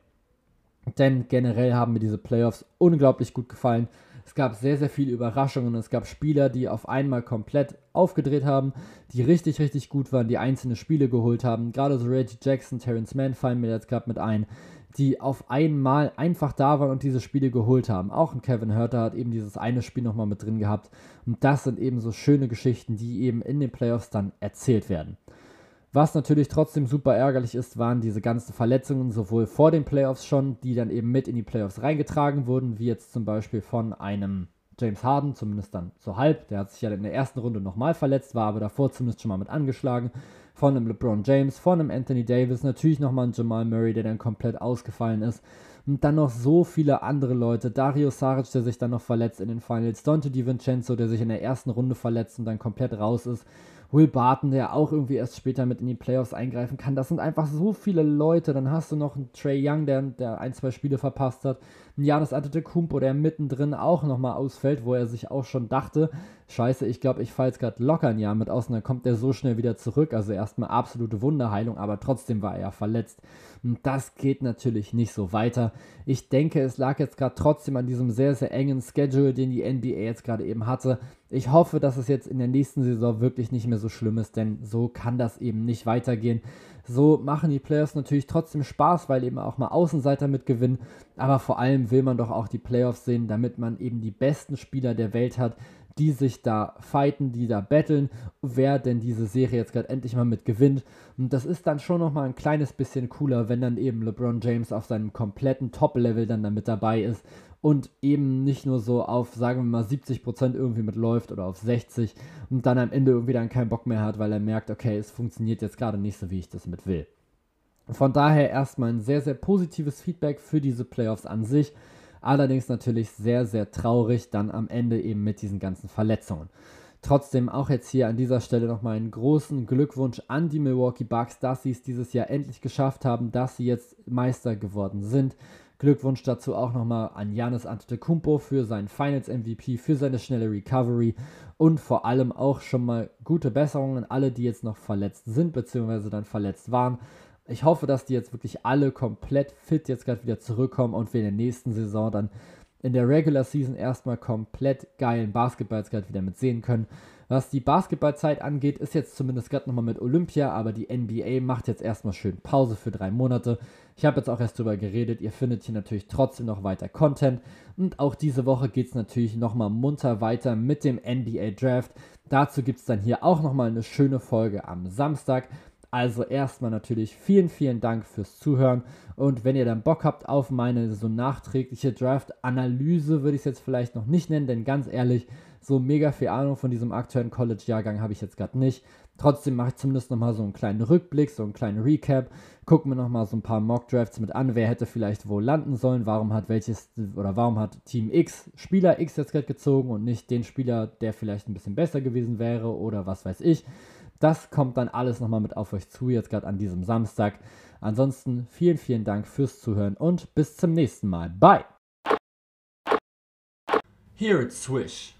[SPEAKER 2] Denn generell haben mir diese Playoffs unglaublich gut gefallen. Es gab sehr, sehr viele Überraschungen. Es gab Spieler, die auf einmal komplett aufgedreht haben, die richtig, richtig gut waren, die einzelne Spiele geholt haben. Gerade so Reggie Jackson, Terrence Mann fallen mir jetzt gerade mit ein, die auf einmal einfach da waren und diese Spiele geholt haben. Auch ein Kevin Huerter hat eben dieses eine Spiel nochmal mit drin gehabt. Und das sind eben so schöne Geschichten, die eben in den Playoffs dann erzählt werden. Was natürlich trotzdem super ärgerlich ist, waren diese ganzen Verletzungen, sowohl vor den Playoffs schon, die dann eben mit in die Playoffs reingetragen wurden, wie jetzt zum Beispiel von einem James Harden, zumindest dann so halb. Der hat sich ja in der ersten Runde nochmal verletzt, war aber davor zumindest schon mal mit angeschlagen. Von einem LeBron James, von einem Anthony Davis, natürlich nochmal ein Jamal Murray, der dann komplett ausgefallen ist. Und dann noch so viele andere Leute. Dario Saric, der sich dann noch verletzt in den Finals. Donte DiVincenzo, der sich in der ersten Runde verletzt und dann komplett raus ist. Will Barton, der auch irgendwie erst später mit in die Playoffs eingreifen kann. Das sind einfach so viele Leute. Dann hast du noch einen Trae Young, der, der ein, zwei Spiele verpasst hat. Ein Giannis Antetokounmpo, der mittendrin auch nochmal ausfällt, wo er sich auch schon dachte, scheiße, ich glaube, ich falle jetzt gerade locker ein Jahr mit aus und dann kommt der so schnell wieder zurück. Also erstmal absolute Wunderheilung, aber trotzdem war er ja verletzt. Und das geht natürlich nicht so weiter. Ich denke, es lag jetzt gerade trotzdem an diesem sehr, sehr engen Schedule, den die N B A jetzt gerade eben hatte. Ich hoffe, dass es jetzt in der nächsten Saison wirklich nicht mehr so schlimm ist, denn so kann das eben nicht weitergehen. So machen die Playoffs natürlich trotzdem Spaß, weil eben auch mal Außenseiter mit gewinnen, aber vor allem will man doch auch die Playoffs sehen, damit man eben die besten Spieler der Welt hat, die sich da fighten, die da battlen, wer denn diese Serie jetzt gerade endlich mal mit gewinnt. Und das ist dann schon nochmal ein kleines bisschen cooler, wenn dann eben LeBron James auf seinem kompletten Top-Level dann da mit dabei ist und eben nicht nur so auf, sagen wir mal, siebzig Prozent irgendwie mitläuft oder auf sechzig und dann am Ende irgendwie dann keinen Bock mehr hat, weil er merkt, okay, es funktioniert jetzt gerade nicht so, wie ich das mit will. Von daher erstmal ein sehr, sehr positives Feedback für diese Playoffs an sich. Allerdings natürlich sehr, sehr traurig dann am Ende eben mit diesen ganzen Verletzungen. Trotzdem auch jetzt hier an dieser Stelle nochmal einen großen Glückwunsch an die Milwaukee Bucks, dass sie es dieses Jahr endlich geschafft haben, dass sie jetzt Meister geworden sind. Glückwunsch dazu auch nochmal an Giannis Antetokounmpo für seinen Finals M V P, für seine schnelle Recovery und vor allem auch schon mal gute Besserungen an alle, die jetzt noch verletzt sind bzw. dann verletzt waren. Ich hoffe, dass die jetzt wirklich alle komplett fit jetzt gerade wieder zurückkommen und wir in der nächsten Saison dann in der Regular Season erstmal komplett geilen Basketball jetzt gerade wieder mit sehen können. Was die Basketballzeit angeht, ist jetzt zumindest gerade nochmal mit Olympia, aber die N B A macht jetzt erstmal schön Pause für drei Monate. Ich habe jetzt auch erst drüber geredet, ihr findet hier natürlich trotzdem noch weiter Content. Und auch diese Woche geht es natürlich nochmal munter weiter mit dem N B A Draft. Dazu gibt es dann hier auch nochmal eine schöne Folge am Samstag. Also erstmal natürlich vielen, vielen Dank fürs Zuhören. Und wenn ihr dann Bock habt auf meine so nachträgliche Draft-Analyse, würde ich es jetzt vielleicht noch nicht nennen, denn ganz ehrlich, so mega viel Ahnung von diesem aktuellen College-Jahrgang habe ich jetzt gerade nicht. Trotzdem mache ich zumindest nochmal so einen kleinen Rückblick, so einen kleinen Recap. Gucken wir nochmal so ein paar Mock-Drafts mit an. Wer hätte vielleicht wo landen sollen? Warum hat welches oder warum hat Team X Spieler X jetzt gerade gezogen und nicht den Spieler, der vielleicht ein bisschen besser gewesen wäre oder was weiß ich. Das kommt dann alles nochmal mit auf euch zu, jetzt gerade an diesem Samstag. Ansonsten vielen, vielen Dank fürs Zuhören und bis zum nächsten Mal. Bye! Here it's Swish.